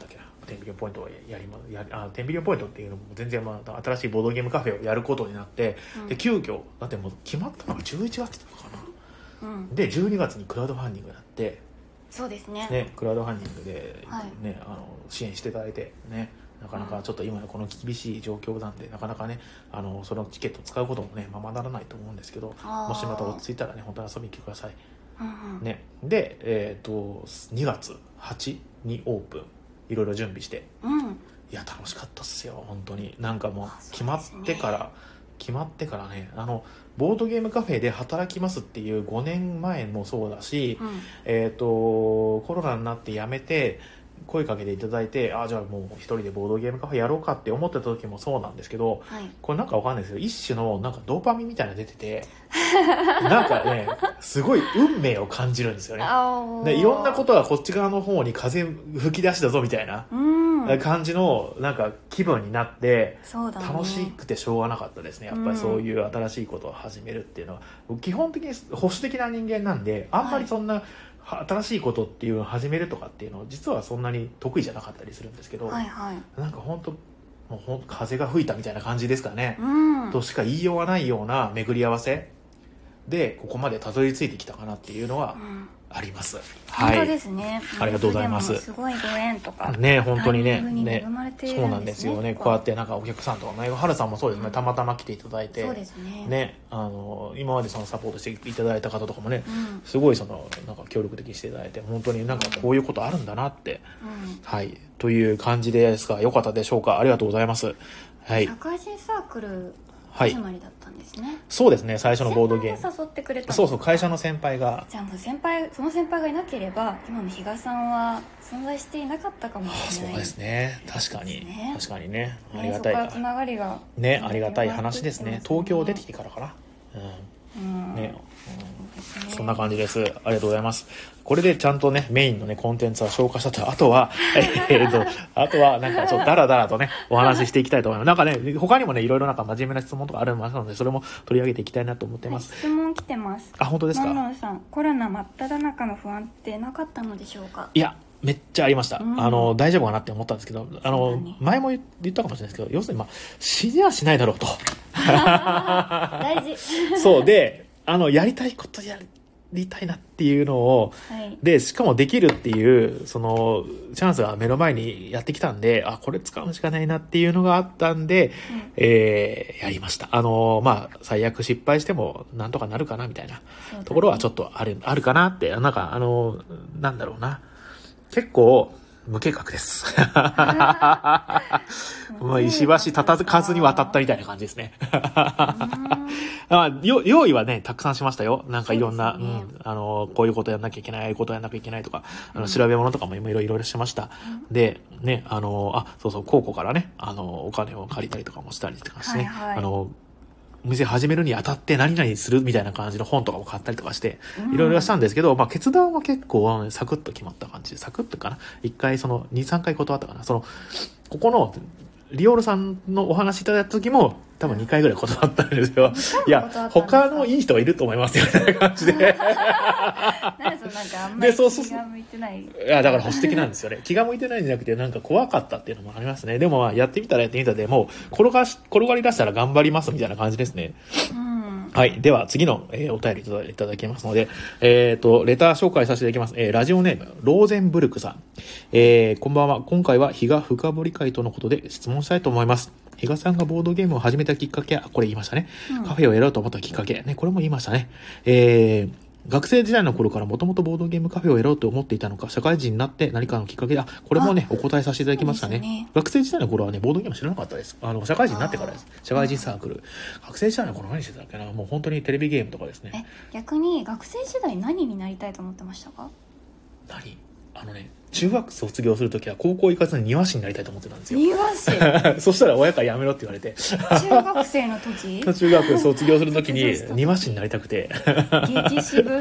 テンビリオンポイントをやりまやあテンビリオンポイントっていうのも全然また新しいボードゲームカフェをやることになって、うん、で急遽だってもう決まったのがじゅういちがつとかかな、うん、でじゅうにがつにクラウドファンディングやって、 そうですね、 ねクラウドファンディングで、ね、はい、あの支援していただいてね、なかなかちょっと今のこの厳しい状況なんで、なかなかねあのそのチケット使うこともねままならないと思うんですけど、もしまた落ち着いたらね本当に遊びに来てください、うんうん、ね、で、えー、とにがつはちにオープンいろいろ準備して、うん、いや楽しかったっすよ本当に。なんかもう決まってから、ね、決まってからねあのボードゲームカフェで働きますっていうごねんまえもそうだし、うん、えー、とコロナになって辞めて声かけていただいて、あじゃあもう一人でボードゲームカフェやろうかって思ってた時もそうなんですけど、はい、これなんかわかんないですけど一種のなんかドーパミンみたいなの出ててなんかねすごい運命を感じるんですよね。でいろんなことがこっち側の方に風吹き出しだぞみたいな感じのなんか気分になって、そうだね、楽しくてしょうがなかったですね。やっぱりそういう新しいことを始めるっていうのは、うん、基本的に保守的な人間なんであんまりそんな、はい、新しいことっていうのを始めるとかっていうのは実はそんなに得意じゃなかったりするんですけど、はいはい、なんか本当もうほん風が吹いたみたいな感じですかね、うん、としか言いようがないような巡り合わせでここまでたどり着いてきたかなっていうのはあります、うん、 はい、本当ですね。 ありがとうございます。 すごいご縁とかね本当に ね, ねそうなんですよね。こうやってなんかお客さんとかね原さんもそうですね、うん、たまたま来ていただいて、そうですね、ねあの今までそのサポートしていただいた方とかもね、うん、すごいそのなんか協力的にしていただいて本当になんかこういうことあるんだなって、うん、はいという感じですがよかったでしょうか。ありがとうございます。はい、 社会人サークル始まりだったんですね、はい、 そうですね。最初のボードゲーム先輩が誘ってくれたんですか。 そうそう会社の先輩が。 じゃあもう先輩その先輩がいなければ今の比嘉さんは存在していなかったかもしれない。 そうですね確かに、ね、確かにねありがたい、 ね、そこからつながりがねありがたい話ですね。東京出てきてからかな、うんうんねうん、そんな感じです。ありがとうございます。これでちゃんとねメインのねコンテンツは消化したとあとはえーとあとはなんかちょっとダラダラとねお話ししていきたいと思います。なんかね他にもねいろいろなんか真面目な質問とかあるのでそれも取り上げていきたいなと思ってます、 はい、質問来てます。 あ本当ですか。 のんのんさんコロナ真っ只中の不安ってなかったのでしょうか。 いやめっちゃありました、うん、あの大丈夫かなって思ったんですけどあの、ね、前も言ったかもしれないですけど要するにまあ死にはしないだろうと大事そうであのやりたいことやりたいなっていうのを、はい、でしかもできるっていうそのチャンスが目の前にやってきたんであこれ使うしかないなっていうのがあったんで、うんえー、やりました。あのまあ最悪失敗してもなんとかなるかなみたいなところはちょっとある、あるかなってなんかあのなんだろうな結構無計画ですまあ石橋立たず数に渡ったみたいな感じですねまあ、用意はねたくさんしましたよ。なんかいろんなう、ねうん、あのこういうことやんなきゃいけないああいうことやんなきゃいけないとか、うん、あの調べ物とかもいろいろしました、うん、でねあのあそうそう高校からねあのお金を借りたりとかもしたりとかしてね、はいはい、あのお店始めるにあたって何々するみたいな感じの本とかも買ったりとかしていろいろしたんですけど、まあ決断は結構サクッと決まった感じでサクッとかな一回その にさんかい断ったかなそのここのリオールさんのお話いただいた時も多分にかいぐらい断ったんですよ。いや他のいい人はいると思いますよみたいな感じで何そのなんかあんまり気が向いてない。いやだから保守的なんですよね。気が向いてないんじゃなくてなんか怖かったっていうのもありますね。でもまあやってみたらやってみたでもう転がし転がり出したら頑張りますみたいな感じですね。うんはい。では、次の、えー、お便りいただいただきますので、えっ、ー、と、レター紹介させていただきます。えー、ラジオネーム、ローゼンブルクさん。えー、こんばんは。今回は、比嘉深掘り会とのことで質問したいと思います。比嘉さんがボードゲームを始めたきっかけ、あ、これ言いましたね。うん、カフェをやろうと思ったきっかけ。ね、これも言いましたね。えー、学生時代の頃からもともとボードゲームカフェをやろうと思っていたのか、社会人になって何かのきっかけで、あ、これもね、お答えさせていただきましたね。ね学生時代の頃はね、ボードゲーム知らなかったです。あの、社会人になってからです。社会人サークル。学生時代の頃何してたっけな、もう本当にテレビゲームとかですね。 え、逆に学生時代何になりたいと思ってましたか？ 何あのね、中学卒業するときは高校行かずに庭師になりたいと思ってたんですよ。 庭師そしたら親からやめろって言われて。 中学生の時中学卒業するときに庭師になりたくて。 激渋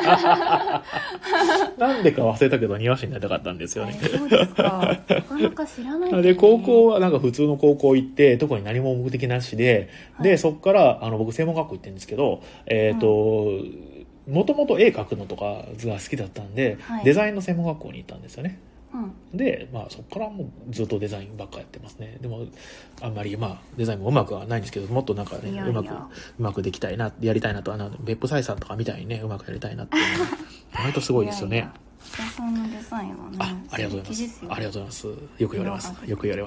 なんでか忘れたけど庭師になりたかったんですよね。 そうですか。なかなか知らない、ね。 で、高校はなんか普通の高校行って、特に何も目的なしで、はい、で、そこから、あの、僕専門学校行ってるんですけど、えっ、ー、と、うんもともと絵描くのとかが好きだったんで、はい、デザインの専門学校に行ったんですよね。 うん、 で、まあ、そこからもうずっとデザインばっかやってますね。でもあんまりまあデザインもうまくはないんですけど、もっとなんかね、 いやいやうまくうまくできたいな、やりたいなと、あの別府採算とかみたいにね、うまくやりたいなっていうのは割とすごいですよね。 いやいや比嘉さんのデザインはね、 あ、ありがとうございます。ありがとうございます。よく言われます。よく言われます。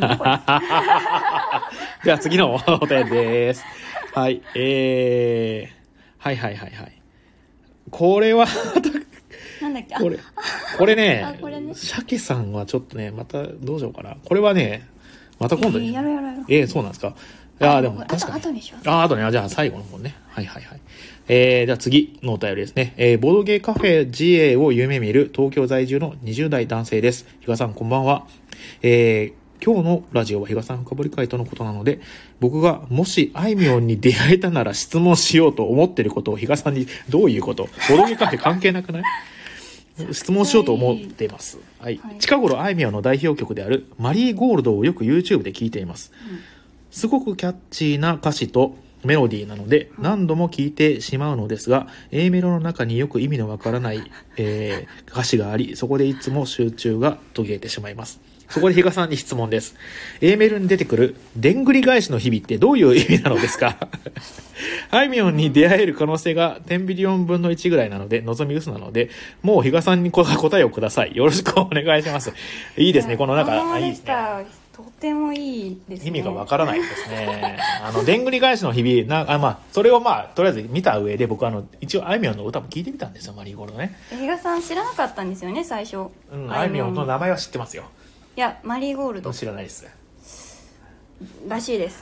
では次のお便りです。はい、えー、はいはいはいはい。これはなんだっけ、 これ、これね、 これね、 鮭さんはちょっとね、またどうしようかな。これはね、また今度に。 えー、やろうやろうやろう。 えー、そうなんですか。いやでも確かに。 あとにしよう。 あ、あとね、じゃあ最後の方ね。はいはいはい。えー、じゃあ次のお便りですね。えー、ボードゲーカフェ ジーエー を夢見る東京在住のにじゅう代男性です。比嘉さんこんばんは。えー、今日のラジオは比嘉さん深掘り会とのことなので、僕がもしあいみょんに出会えたなら質問しようと思っていることを比嘉さんにどういうこと？ボードゲーカフェ関係なくない？質問しようと思っています。はい。はい、近頃あいみょんの代表曲であるマリーゴールドをよく YouTube で聴いています。うん、すごくキャッチーな歌詞とメロディーなので何度も聴いてしまうのですが、うん、A メロの中によく意味のわからない、えー、歌詞があり、そこでいつも集中が途切れてしまいます。そこで比嘉さんに質問です。A メロに出てくるでんぐり返しの日々ってどういう意味なのですか？あいみょんに出会える可能性がじゅうビリオンぶんのいちぐらいなので、望み薄なので、もう比嘉さんに答えをください。よろしくお願いします。いいですね、このなんか、いいですね。 とてもいいですね。 意味がわからないですね。あの、でんぐり返しの日々、なあまあ、それをまあ、とりあえず見た上で、僕あの、一応あいみょんの歌も聞いてみたんですよ、マリーゴールドね。 比嘉さん知らなかったんですよね、最初。 うん、あいみょんの名前は知ってますよ。 いや、マリーゴールド。 知らないです。 らしいです。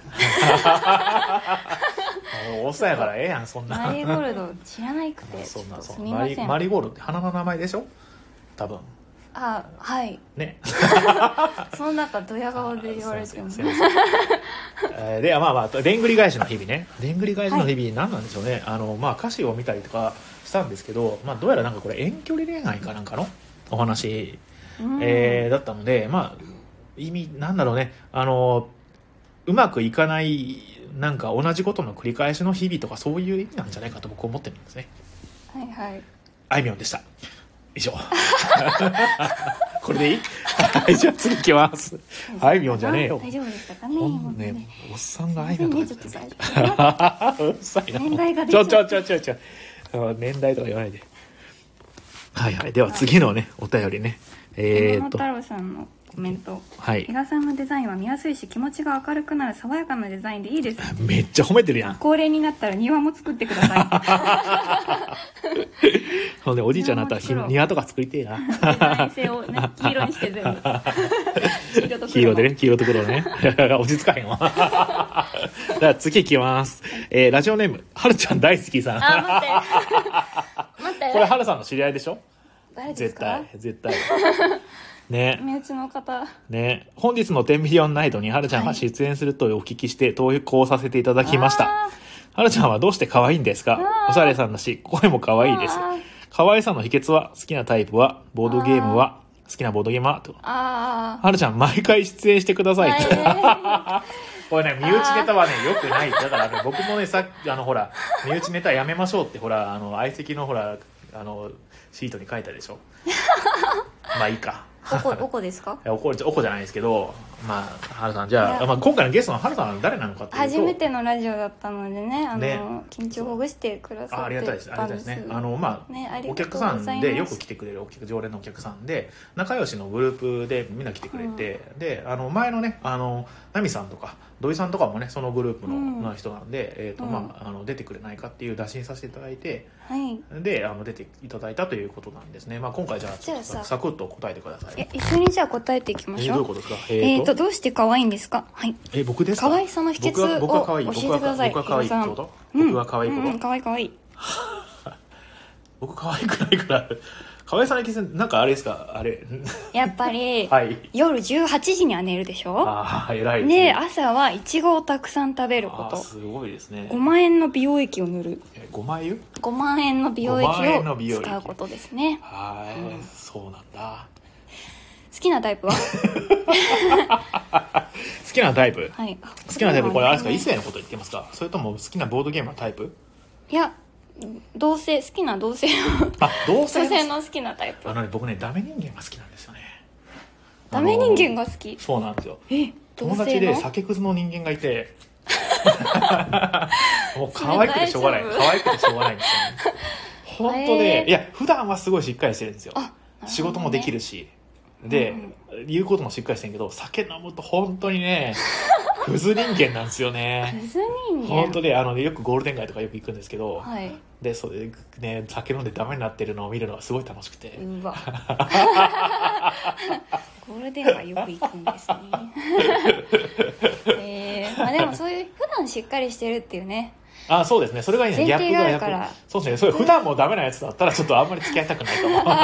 もうおっさんやからええやん、そんな。 マリーゴールド知らないくて。 そんな、そすみません。 マリーゴールドって花の名前でしょ？多分。 あ、はい。 ね。 その中ドヤ顔で言われても。 えで、まあまあ、でんぐり返しの日々ね。でんぐり返しの日々、何なんでしょうね。はい、あの、まあ歌詞を見たりとかしたんですけど、まあどうやらなんかこれ遠距離恋愛かなんかのお話、えー、だったので、まあ、意味、なんだろうね。あの、うまくいかない、なんか同じことの繰り返しの日々とかそういう意味なんじゃないかと僕は思ってるんですね。 はいはい。 あいみょんでした。以上。これでいい？はい、じゃあ次行きます。あいみょんじゃねえよ。 大丈夫でしたかね。 ね、おっさんがあいみょんとかちょっと最初。 うっさいな。 年代が出ちゃう。 ちょちょちょちょちょ。年代とか言わないで。はいはい。では次のね、お便りね。 えーっと。太郎さんのコメント。 はい。 比嘉さんのデザインは見やすいし気持ちが明るくなる爽やかなデザインでいいです。 めっちゃ褒めてるやん。 高齢になったら庭も作ってください。 ほんでおじいちゃんになったら庭とか作りてえな。 デザイン性を、ね、黄色にして全部。黄色と黒。 黄色でね、黄色と黒ね。落ち着かへんわ。じゃあ次いきます。えー、ラジオネームはるちゃん大好きさん。 あ、待って。待って。 これはるさんの知り合いでしょ？ 誰ですか？ 絶対絶対。ね、 身内の方ね、本日のじゅうミリオンナイトにはるちゃんが出演するとお聞きして投稿させていただきました。はるちゃんはどうして可愛いんですか？おしゃれさんだし声も可愛いです。可愛さの秘訣は好きなタイプはボードゲームは好きなボードゲームはと。はるちゃん毎回出演してください。これね、身内ネタはねよくない。だからね、僕もねさっきあのほら身内ネタやめましょうってほらあの相席のほらあのシートに書いたでしょ。まあいいか。 おこ、おこですか？ おこ、おこじゃないですけど、まあ、はるさん、じゃあ、まあ、今回のゲストのはるさんは誰なのかっていうと、 初めてのラジオだったのでね、あの、ね、緊張ほぐしてくださってあ、ありがたいです、ありがたいですね。あの、まあ、ね、お客さんでよく来てくれるお客、常連のお客さんで、仲良しのグループでみんな来てくれて、うん、で、あの、前のね、あの、ナミさんとか、土井さんとかもね、そのグループの、うん、人なんで、えっ、ー、と、うん、まあ、あの、出てくれないかっていう打診させていただいて、 はい、 で、あの、出ていただいたということなんですね。まあ、今回じゃあ、じゃあサクッと答えてください。 え、一緒にじゃあ答えていきましょう。 えー、どういうことですか？ えーと、えーとどうして可愛いんですか？はい。 え、僕ですか？ 可愛さの秘訣を教えてください。 僕は可愛いってこと？僕は可愛いこと？ うん、可愛い可愛い。 僕可愛くないから。可愛さの秘訣なんかあれですか？あれ。 やっぱり、 はい、 夜じゅうはちじには寝るでしょ？ ああ、偉いですね。 で、朝はイチゴをたくさん食べること。 すごいですね。 ごまんえんの美容液を塗る。 え、ごまんえん？ ごまんえんの美容液を使うことですね。 はい、うん、そうなんだ。 好きなタイプは？ 好きなタイプ？ はい。 好きなタイプ、これあれですか？異性のこと言ってますか？それとも好きなボードゲームのタイプ？ いや、同性、好きな同性。 あ、同性同性の好きなタイプ。 あのね、僕ね、ダメ人間が好きなんですよね。 ダメ人間が好き。 そうなんですよ。 え、 友達で酒くずの人間がいてもう可愛くてしょうがない可愛くてしょうがないんですよね本当ね、いや普段はすごいしっかりしてるんですよ、ね、仕事もできるしで、うん、言うこともしっかりしてるけど酒飲むと本当にねクズ人間なんですよね。 クズ人間本当で、あのよくゴールデン街とかよく行くんですけど、 はい、 でそれね酒飲んでダメになってるのを見るのがすごい楽しくて、 うわゴールデン街よく行くんですねえー、まあでもそういう普段しっかりしてるっていうね、 あ、そうですね、それがいいね、ギャップがやっぱそうですね、それ普段もダメなやつだったらちょっとあんまり付き合いたくないか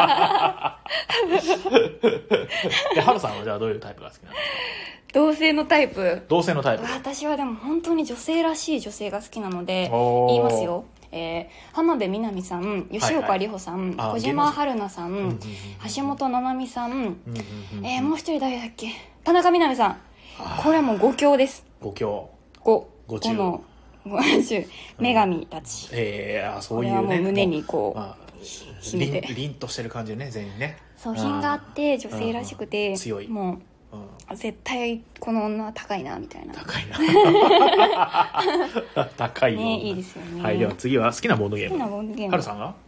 もで、ハルさんはじゃあどういうタイプが好きなんですか？ 同性のタイプ。 同性のタイプ。 私はでも本当に女性らしい女性が好きなので言いますよ。えー、浜辺美波さん、吉岡里帆さん、はいはい、小島春菜さん、うんうんうん、橋本七海さん、うんうんうん、えー、もう一人誰だっけ、田中みな実さん。これはもう五強です。 五強。 五。五中。五の五中女神たち。 えー、あ、そういうね。 これはもう胸にこう、まあ、 秘めて凛としてる感じね、全員ね。 そう、品があって女性らしくて強い。 もう、うん、絶対この女は高いなみたいな。 高いな高いね、いいですよね。 はい、では次は好きなボードゲーム。 好きなボードゲーム。 はるさんが？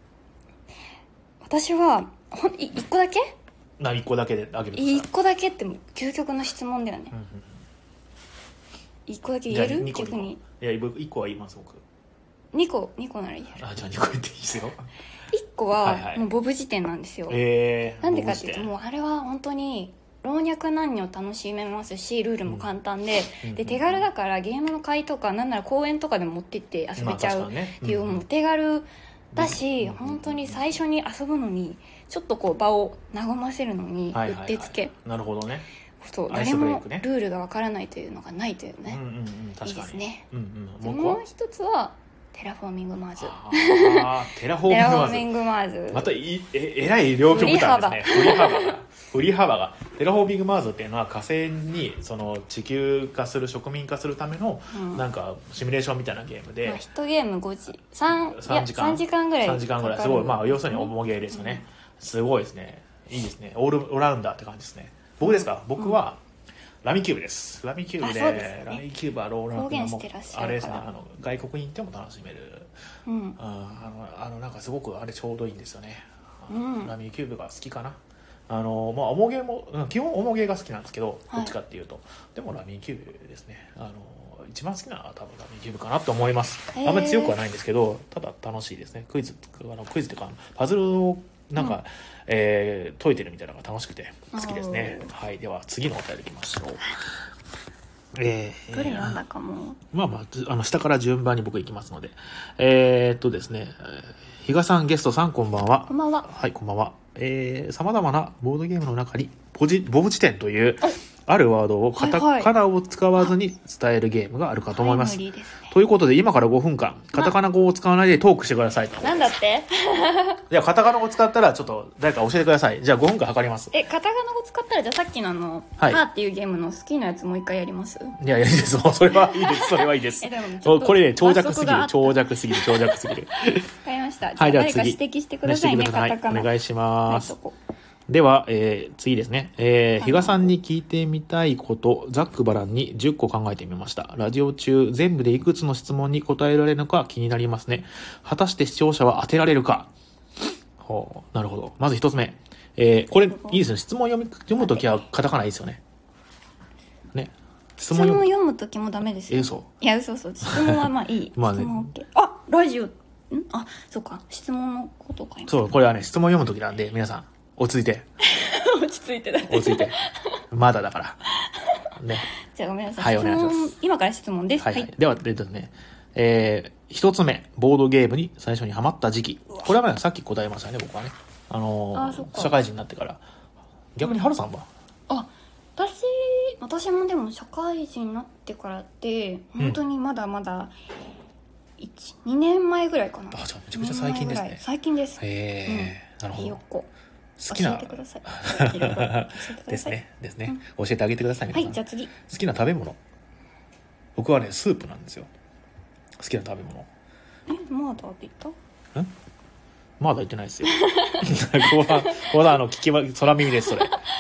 私はほんい一個だけ？ な一個だけであげると一個だけって究極の質問だよね。うんうん、一個だけ言える？逆に。 いや、一個は言います僕。 二個二個なら言える。 あ、じゃあ二個言っていいですよ。 一個はもうボブ辞典なんですよ。 えー、 なんでかっていうと、もうあれは本当に老若男女楽しめますし、ルールも簡単で、うん、で手軽だからゲームの会とかなんなら公園とかでも持って行って遊べちゃうっていう、もう手軽だし、うん、本当に最初に遊ぶのにちょっとこう場を和ませるのにうってつけ、 はいはいはい、なるほどね。 そう、誰もルールがわからないというのがないというね、 うんうんうん、確かにいいですね、 うんうん、 もう一つはテラフォーミングマーズ。 あテラフォーミングマーズ。またいええらい両極端ですね。振り幅が振り幅が。テラフォーミングマーズっていうのは火星にその地球化する植民化するための、うん、なんかシミュレーションみたいなゲームで、 まあ、いちゲームごじ 3, 3時間さんじかんぐらいさんじかんぐらいすごい、まあ要するに重ゲーですよね、うん、すごいですね。いいですね。オールオールラウンダーって感じですね。僕ですか？僕は、うんラミキューブです。ラミキューブで、ね、ラミキューブはローランドのあれですね、あの外国に行っても楽しめる、うん、あのあのなんかすごくあれちょうどいいんですよね、うん、ラミキューブが好きかな。あのまあ重ゲーも基本重ゲーが好きなんですけど、どっちかっていうと、はい、でもラミキューブですね。あの一番好きなのは多分ラミキューブかなと思います。あんまり強くはないんですけど、ただ楽しいですね。クイズあのクイズというかパズルをなんか、うんえー、解いてるみたいなのが楽しくて好きですね。はい、では次のお便りいきましょう。えー、 どれ読んだかも。 まあまあ、あの下から順番に僕いきますので、えー、っとですね、比嘉さんゲストさんこんばんは。 こんばんは。 はい、こんばんは。えー、様々なボードゲームの中にボジボブ辞典というあるワードをカタカナを使わずに伝えるゲームがあるかと思います。はいはい、ですね、ということで今からごふんかんカタカナ語を使わないでトークしてくださいと。 なんだっていやカタカナ語使ったらちょっと誰か教えてください。じゃあごふんかん測ります。 えカタカナ語使ったらじゃあさっきのあの、はい、パーっていうゲームの好きなやつもう一回やります？ いやいやいいですそれはいいですそれはいいですこれね長尺すぎる長尺すぎる長尺すぎるわかりました。じゃあ誰か指摘してくださいね。カタカナお願いします。では、えー、次ですね。えー、比嘉さんに聞いてみたいこと、ざっくばらんにじゅっこ考えてみました。ラジオ中、全部でいくつの質問に答えられるのか気になりますね。果たして視聴者は当てられるか。ほう、なるほど。まず一つ目。えー、これ、いいですね。質問読み、読むときはカタカナいいですよね。ね。 質問読むときもダメですよ。 え、嘘。 いや、嘘嘘。質問はまあいい。 まあね。 質問 OK。あ、ラジオ、んあ、そうか。質問のことか。 そう、これはね、質問読むときなんで、皆さん。落ち着いて落ち着いてだ落ち着いてまだだからね。 じゃあごめんなさい、 はい、お願いします。 今から質問です。 はい、はい、ではえっとねえー、一つ目ボードゲームに最初にハマった時期。これは、ね、さっき答えましたね僕はね。あのー、あ社会人になってから。逆にハルさんは、 うん、あ私私もでも社会人になってからって本当にまだまだいち、にねんまえぐらいかな。 あじゃあめちゃくちゃ最近ですね。 最近です。 へえ、うん、なるほど。 ひよっこ好きな教えてくださいですねですね、うん、教えてあげてくださいね。 はい、じゃあ次。 好きな食べ物。僕はねスープなんですよ。好きな食べ物。 えマーダーって言った？んマーダー言ってないですよここはここはあの聞きは空耳ですそれ。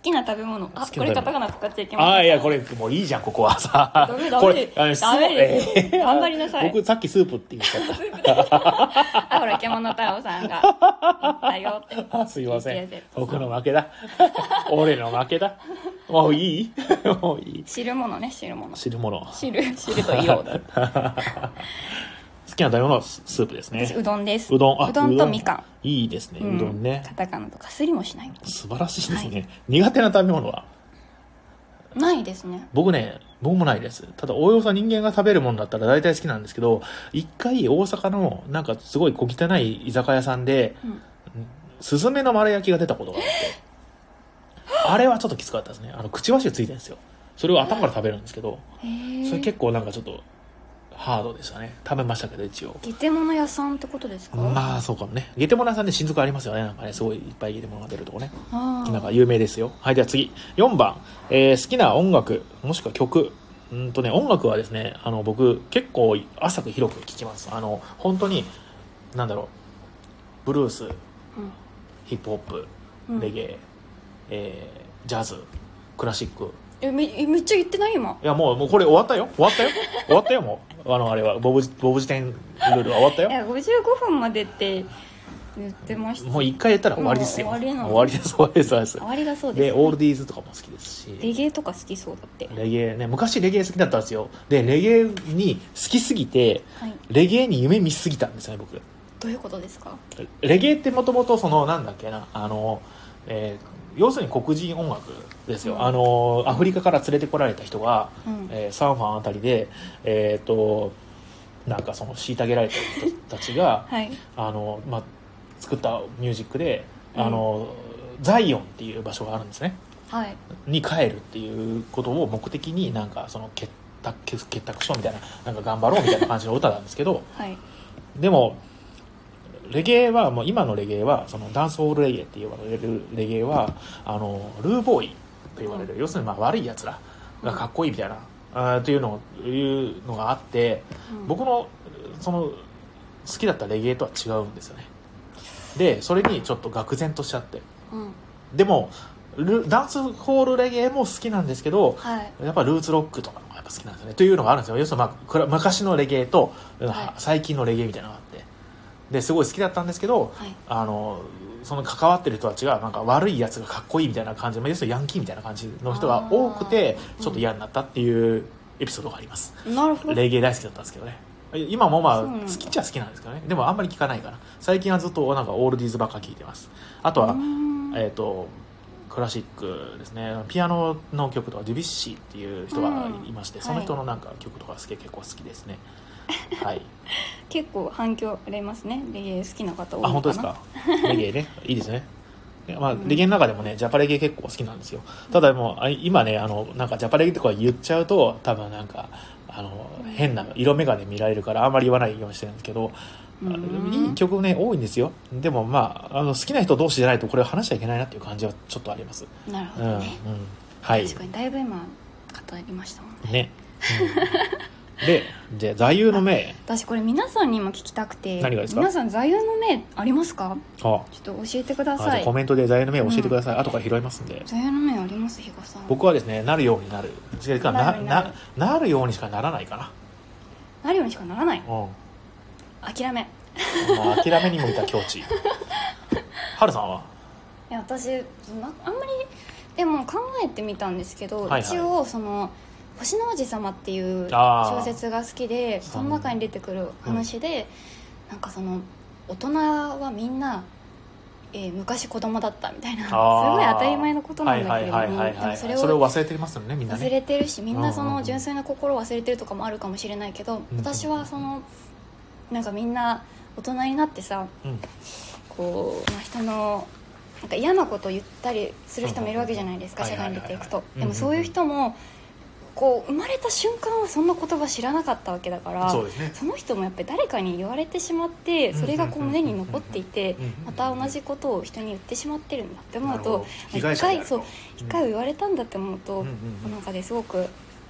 きな食べ物、あ、 好きな食べ物これカタカナ使っちゃいけません。 あいやこれもういいじゃんここはさダメダメこれあのダメです、 えー頑張りなさい。 僕さっきスープって言っちゃったあ、ほら獣太郎さんが言ったよってあすいません言ってやつ僕の負けだ俺の負けだもういいもういい汁物ね、汁物汁物汁汁と色だ好きな食べ物はスープですね。 私うどんです。 うどん、あうどんとみかん。 いいですね、 うん、 うどんね。 カタカナとかすりもしない。 素晴らしいですね、 はい、 苦手な食べ物はないですね。 僕ね僕もないです。ただおおよそ人間が食べるものだったら大体好きなんですけど、一回大阪のなんかすごい小汚い居酒屋さんで、うん、スズメの丸焼きが出たことがあってあれはちょっときつかったですね。あのくちばしがついてるんですよ。それを頭から食べるんですけど、それ結構なんかちょっとハードでしたね。食べましたけど一応。 ゲテモノ屋さんってことですか？ まあそうかもね。ゲテモノ屋さんで新宿ありますよね。なんかねすごいいっぱいゲテモノが出るとこね。なんか有名ですよ。はい、では次よんばん、えー、好きな音楽もしくは曲。うんとね音楽はですね、あの僕結構浅く広く聴きます。あの本当になんだろう、ブルース、うん、ヒップホップ、レゲエ、うんえー、ジャズ、クラシック。 え め, めっちゃ言ってない今。 いやもうもうこれ終わったよ終わったよ終わったよもうあのあれはボブボブ辞典ルールは終わったよ。 いやごじゅうごふんまでって言ってました。 もう一回やったら終わりですよ。 終わりなの？ 終わりです終わりです終わりです。 終わりだそうです、ね、 でオールディーズとかも好きですし、 レゲエとか好きそうだって。 レゲエね、昔レゲエ好きだったんですよ。でレゲエに好きすぎて、はい、レゲエに夢見すぎたんですよね僕。 どういうことですか？ レゲエってもともとそのなんだっけなあの、えー、要するに黒人音楽ですよ、うん、あのアフリカから連れてこられた人が、うんえー、サンファンあたりでえっ、ー、となんかその虐げられた人たちが、はいあのまあ、作ったミュージックで、うん、あのザイオンっていう場所があるんですね、はい、に帰るっていうことを目的になんかその結託結託書みたいな、なんか頑張ろうみたいな感じの歌なんですけど、はい、でもレゲエはもう今のレゲエはそのダンスホールレゲエって言われるレゲエはあのルーボーイと言われる、うん、要するにまあ悪いやつらがかっこいいみたいな、うん、あっていうのいうのがあって、うん、僕のその好きだったレゲエとは違うんですよね。でそれにちょっと愕然としちゃって、うん、でもダンスホールレゲエも好きなんですけど、はい、やっぱルーツロックとかもやっぱ好きなんですよねというのがあるんですよ。要するに、まあ、昔のレゲエと、はい、最近のレゲエみたいなのがあって、ですごい好きだったんですけど、はい、あのその関わってる人たちがなんか悪いやつがかっこいいみたいな感じで、要するにヤンキーみたいな感じの人が多くてちょっと嫌になったっていうエピソードがあります、うん、なるほど。レゲエ大好きだったんですけどね。今もまあ好きっちゃ好きなんですけどね。でもあんまり聞かないから最近はずっとなんかオールディーズばっか聞いてます。あとはえっとクラシックですね。ピアノの曲とかデュビッシーっていう人がいまして、うん、その人のなんか曲とか好き、結構好きですね。はい、 結構反響ありますね。レゲエ好きな方多いのかな。あ、 本当ですか。レゲエね、いいですね。まあ、レゲエの中でもねジャパレゲ結構好きなんですよ。ただもう今ねあのなんかジャパレゲとか言っちゃうと多分なんかあの変な色眼鏡見られるからあんまり言わないようにしてるんですけど、いい曲ね多いんですよ。でもまあ、あの好きな人同士じゃないとこれを話しちゃいけないなっていう感じはちょっとあります。 なるほどね、うんうん、はい、確かにだいぶ今語りましたもんね。ね、 うん、でじゃあ座右の銘、 私これ皆さんにも聞きたくて。 何がですか？ 皆さん座右の銘ありますか？あちょっと教えてください。 コメントで座右の銘教えてください、うん、後から拾いますんで。 座右の銘あります？比嘉さん。 僕はですねなるようになるななななるようにしかならないかな。 なるようにしかならない、うん、諦めまあ、諦めに向いた境地。はるさんは？ いや私あんまりでも考えてみたんですけど、はいはい、一応その星の王子様っていう小説が好きで、その中に出てくる話で、うん、なんかその大人はみんな、えー、昔子供だったみたいな、すごい当たり前のことなんだけれども、 それを忘れてますよねみんなね。 忘れてるし、みんなその純粋な心を忘れてるとかもあるかもしれないけど、うん、私はそのなんかみんな大人になってさ、うん、こう、まあ、人のなんか嫌なことを言ったりする人もいるわけじゃないですか、社会に出ていくと。でもそういう人もこう生まれた瞬間はそんな言葉知らなかったわけだから、 そ,、ね、その人もやっぱり誰かに言われてしまって、それがこう胸に残っていて、また同じことを人に言ってしまってるんだって思うと、一回そう一回言われたんだって思うと、この中ですごく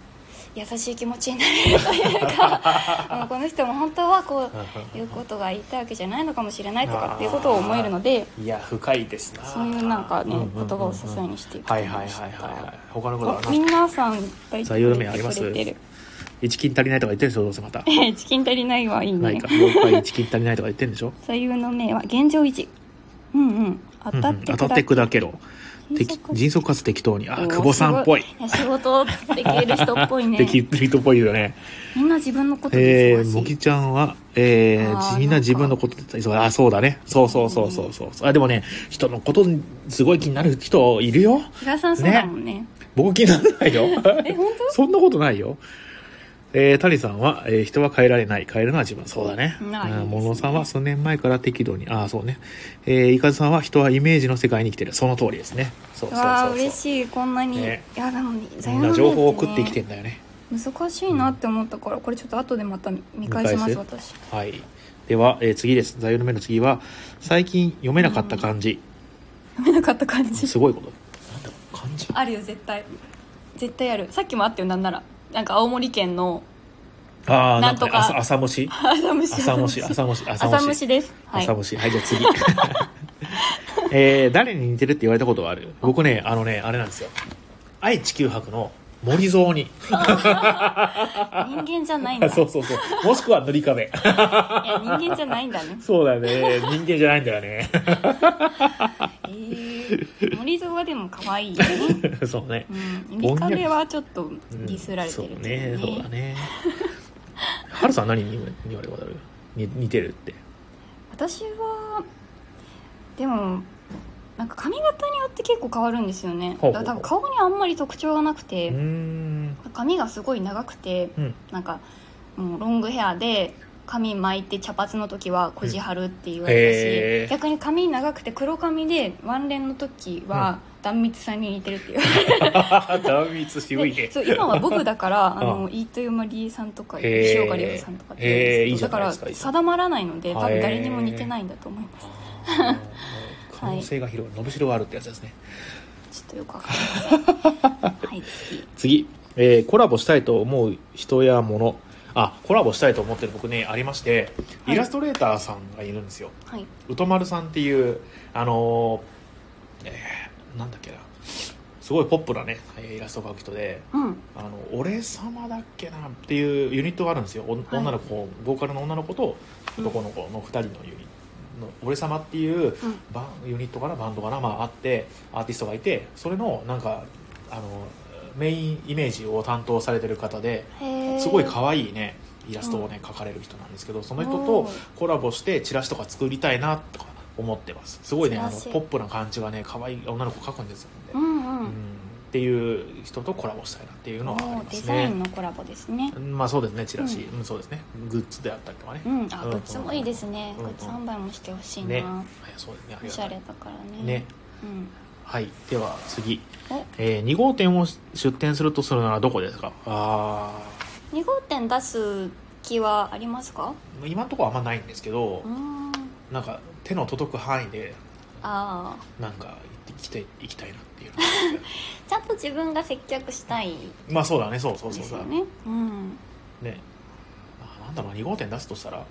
優しい気持ちになれるというかもうこの人も本当はこういうことが言いたいわけじゃないのかもしれないとかっていうことを思えるので、 いや深いですな。 そういうなんかね、うんうんうんうん、言葉を支えにしていくとはいはいはいはいはい。他のことはな皆さん大体言あります。一金足りないとか言ってるんでしょどうせまた一金足りないはいいね。 ないか了解。一金足りないとか言ってるんでしょ座右の銘は現状維持。うんうん当たって当たって砕けろ。迅速かつ適当に。あ、久保さんっぽい。 いや仕事できる人っぽいね。 できる人っぽいよね。 みんな自分のことで忙しい。 えー、もきちゃんは、えー、みんな自分のことで、そう、あ、そうだね。そうそうそうそうそう。あ、でもね、人のことすごい気になる人いるよ。 比嘉さんそうだもんね。 ね僕気にならないよ。 え、本当？ そんなことないよ。えー、谷さんは、えー、人は変えられない。変えるのは自分。そうだね。もの、ね、さんは数年前から適度に。ああ、そうね。えー、いかずさんは人はイメージの世界に生きてる。その通りですね。そうそうそうそう。 わあ、嬉しい。こんなに。ね、いや、でも、 みんな情報を送って生きてんだよね。 難しいなって思ったから、これちょっと後でまた見返します、私。 はい。では、えー、次です。座右の銘の次は、最近読めなかった漢字。 うん、読めなかった漢字。 すごいこと。なんだろう、漢字。 あるよ、絶対。絶対ある。さっきもあったよ、なんなら。なんか青森県の、 ああ、なんとか朝虫朝虫朝虫朝虫朝虫です。 はい、朝虫。はい、じゃあ次。えー、誰に似てるって言われたことはある？僕ね、あのね、あれなんですよ。愛・地球博の森蔵に。 人間じゃないんだ。 そうそうそう。もしくは塗り壁。いや、人間じゃないんだね。 そうだね。人間じゃないんだよね。 えー、森蔵はでも可愛いよね。 そうね。 うん、塗り壁はちょっとディスられてるけどね。 うん、そうね。そうだね。はるさん何に言われることある？に似てるって。 私はでもなんか髪型によって結構変わるんですよね。だから多分顔にあんまり特徴がなくて、 うーん髪がすごい長くて、うん、なんかもうロングヘアで髪巻いて茶髪の時はこじはるって言われたし、逆に髪長くて黒髪でワンレンの時は壇蜜さんに似てるって言われる。 壇蜜渋いね。 そう今は僕だからあの飯豊まりえさんとか石岡里帆さんとかって言うんですけど、だから定まらないので多分誰にも似てないんだと思います。 可能性が広い、伸びしろがあるってやつですね。 ちょっとよくわかりません。はい、次次、えー、コラボしたいと思う人や物。あ、コラボしたいと思ってる僕ねありまして、イラストレーターさんがいるんですよ。はい、うとまるさんっていうあのー、えー、なんだっけな、すごいポップなねイラストを描く人で、うん、あの俺様だっけなっていうユニットがあるんですよ。はい、女の子、ボーカルの女の子と男の子のふたりのユニット、うん、の俺様っていうバン、ユニットかなバンドかな、まあ、あってアーティストがいて、それのなんかあのメインイメージを担当されてる方で、すごい可愛いねイラストをね、うん、描かれる人なんですけど、その人とコラボしてチラシとか作りたいなとか思ってます。すごいねあのポップな感じがね可愛い女の子描くんですよね、うんうんうん、っていう人とコラボしたいなっていうのはありますね。 デザインのコラボですね。 まあそうですね、チラシ、うんうん、そうですね、グッズであったりとかね、 うん、あ、グッズもいいですね、うんうん、グッズ販売もしてほしいな、ね、 そうですね、 おしゃれだからね。 ね、うん、はい、では次、えー、に号店を出店するとするならどこですか？あに号店出す気はありますか？ 今のところあんまないんですけど、うんなんか手の届く範囲であなんか行ってきて行きたいなっていうちゃんと自分が接客したい、 まあそうだね、そうそうそうそう、 ね、うん、 ね、あ、なんだろう、に号店出すとしたら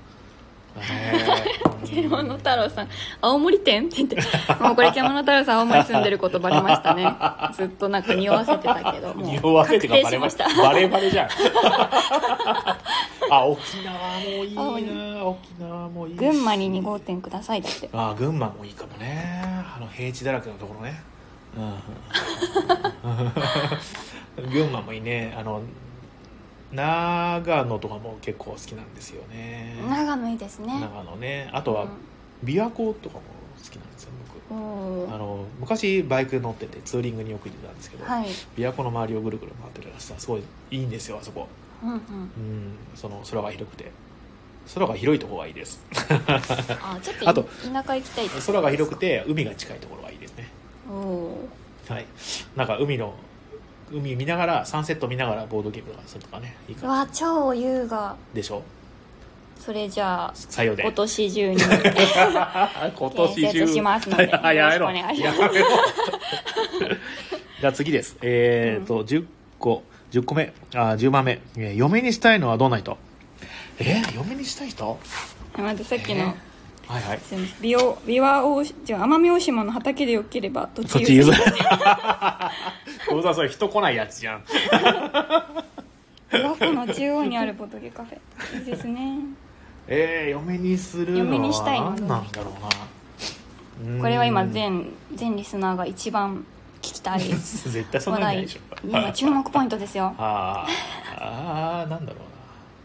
獣太郎さん青森店って言ってもうこれ獣太郎さん青森住んでることバレましたね。ずっとなんか匂わせてたけどもう確定しました。 バレバレじゃん。あ、沖縄もいいな、沖縄もいいし、 群馬にに号店くださいだって。 あ、群馬もいいかもね、あの平地だらけのところね、うん、群馬もいいね。あの長野とかも結構好きなんですよね。 長野いいですね。 長野ね。あとは琵琶湖とかも好きなんですよ僕。あの昔バイク乗っててツーリングによく行ってたんですけど、はい、琵琶湖の周りをぐるぐる回ってるらしさ、すごいいいんですよあそこ、うんうんうん、その空が広くて、空が広いところがいいです。 あ、ちょっとあと田舎行きたいです。 空が広くて海が近いところがいいですね。お、はい、なんか海の海見ながらサンセット見ながらボードゲームとかするとかね、いいかも。 うわ、超優雅でしょ。それじゃあ採用で今年中に今年中建設しますのでよろしくお願いします。 じゃあ次です。えーと、うん、じゅっこじゅっこめあじゅうばんめ、えー、嫁にしたいのはどんな人？えー、嫁にしたい人？ まずさっきの、 えーはいはい、 美容美和大じゃ奄美大島の畑でよければ土地譲り小沢それ人来ないやつじゃん琵琶湖の中央にあるボトゲカフェいいですね。 えー、嫁にするのは嫁にしたいの何なんだろうな。 これは今全全リスナーが一番聞きたい絶対そんなにないでしょ今注目ポイントですよああなんだろうな。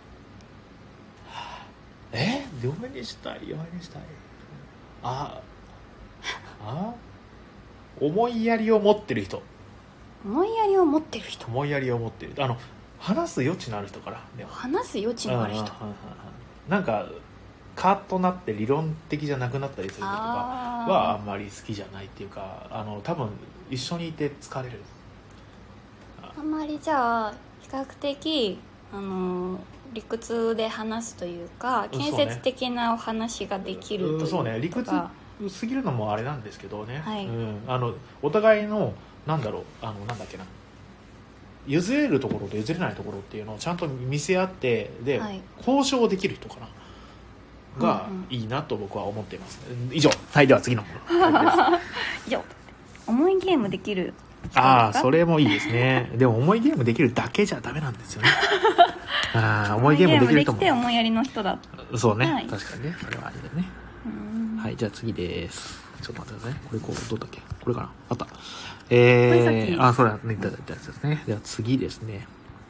えー、嫁にしたい嫁にしたいああ思いやりを持ってる人思いやりを持ってる人思いやりを持ってるあの話す余地のある人から、ね、 話す余地のある人、 なんかカーッとなって理論的じゃなくなったりすることとかはあんまり好きじゃないっていうかあの多分一緒にいて疲れる。 あんまりじゃあ比較的あの理屈で話すというか建設的なお話ができるというか、 そうね、理屈すぎるのもあれなんですけどね、 はい、 うん、あのお互いのなんだろうあのなんだっけな譲れるところと譲れないところっていうのをちゃんと見せ合ってで、はい、交渉できる人かながいいなと僕は思っています、うんうん、以上。はいでは次のもの以上。重いゲームできるああそれもいいですね。でも重いゲームできるだけじゃダメなんですよねああ重いゲームできるとも重いゲームできて思いやりの人だそうね、はい、確かにねそれはありだね。はいじゃあ次です。ちょっと待ってください。これこうどうだっけこれかなあったえー、あそうだねいただいたやつですね。では次ですね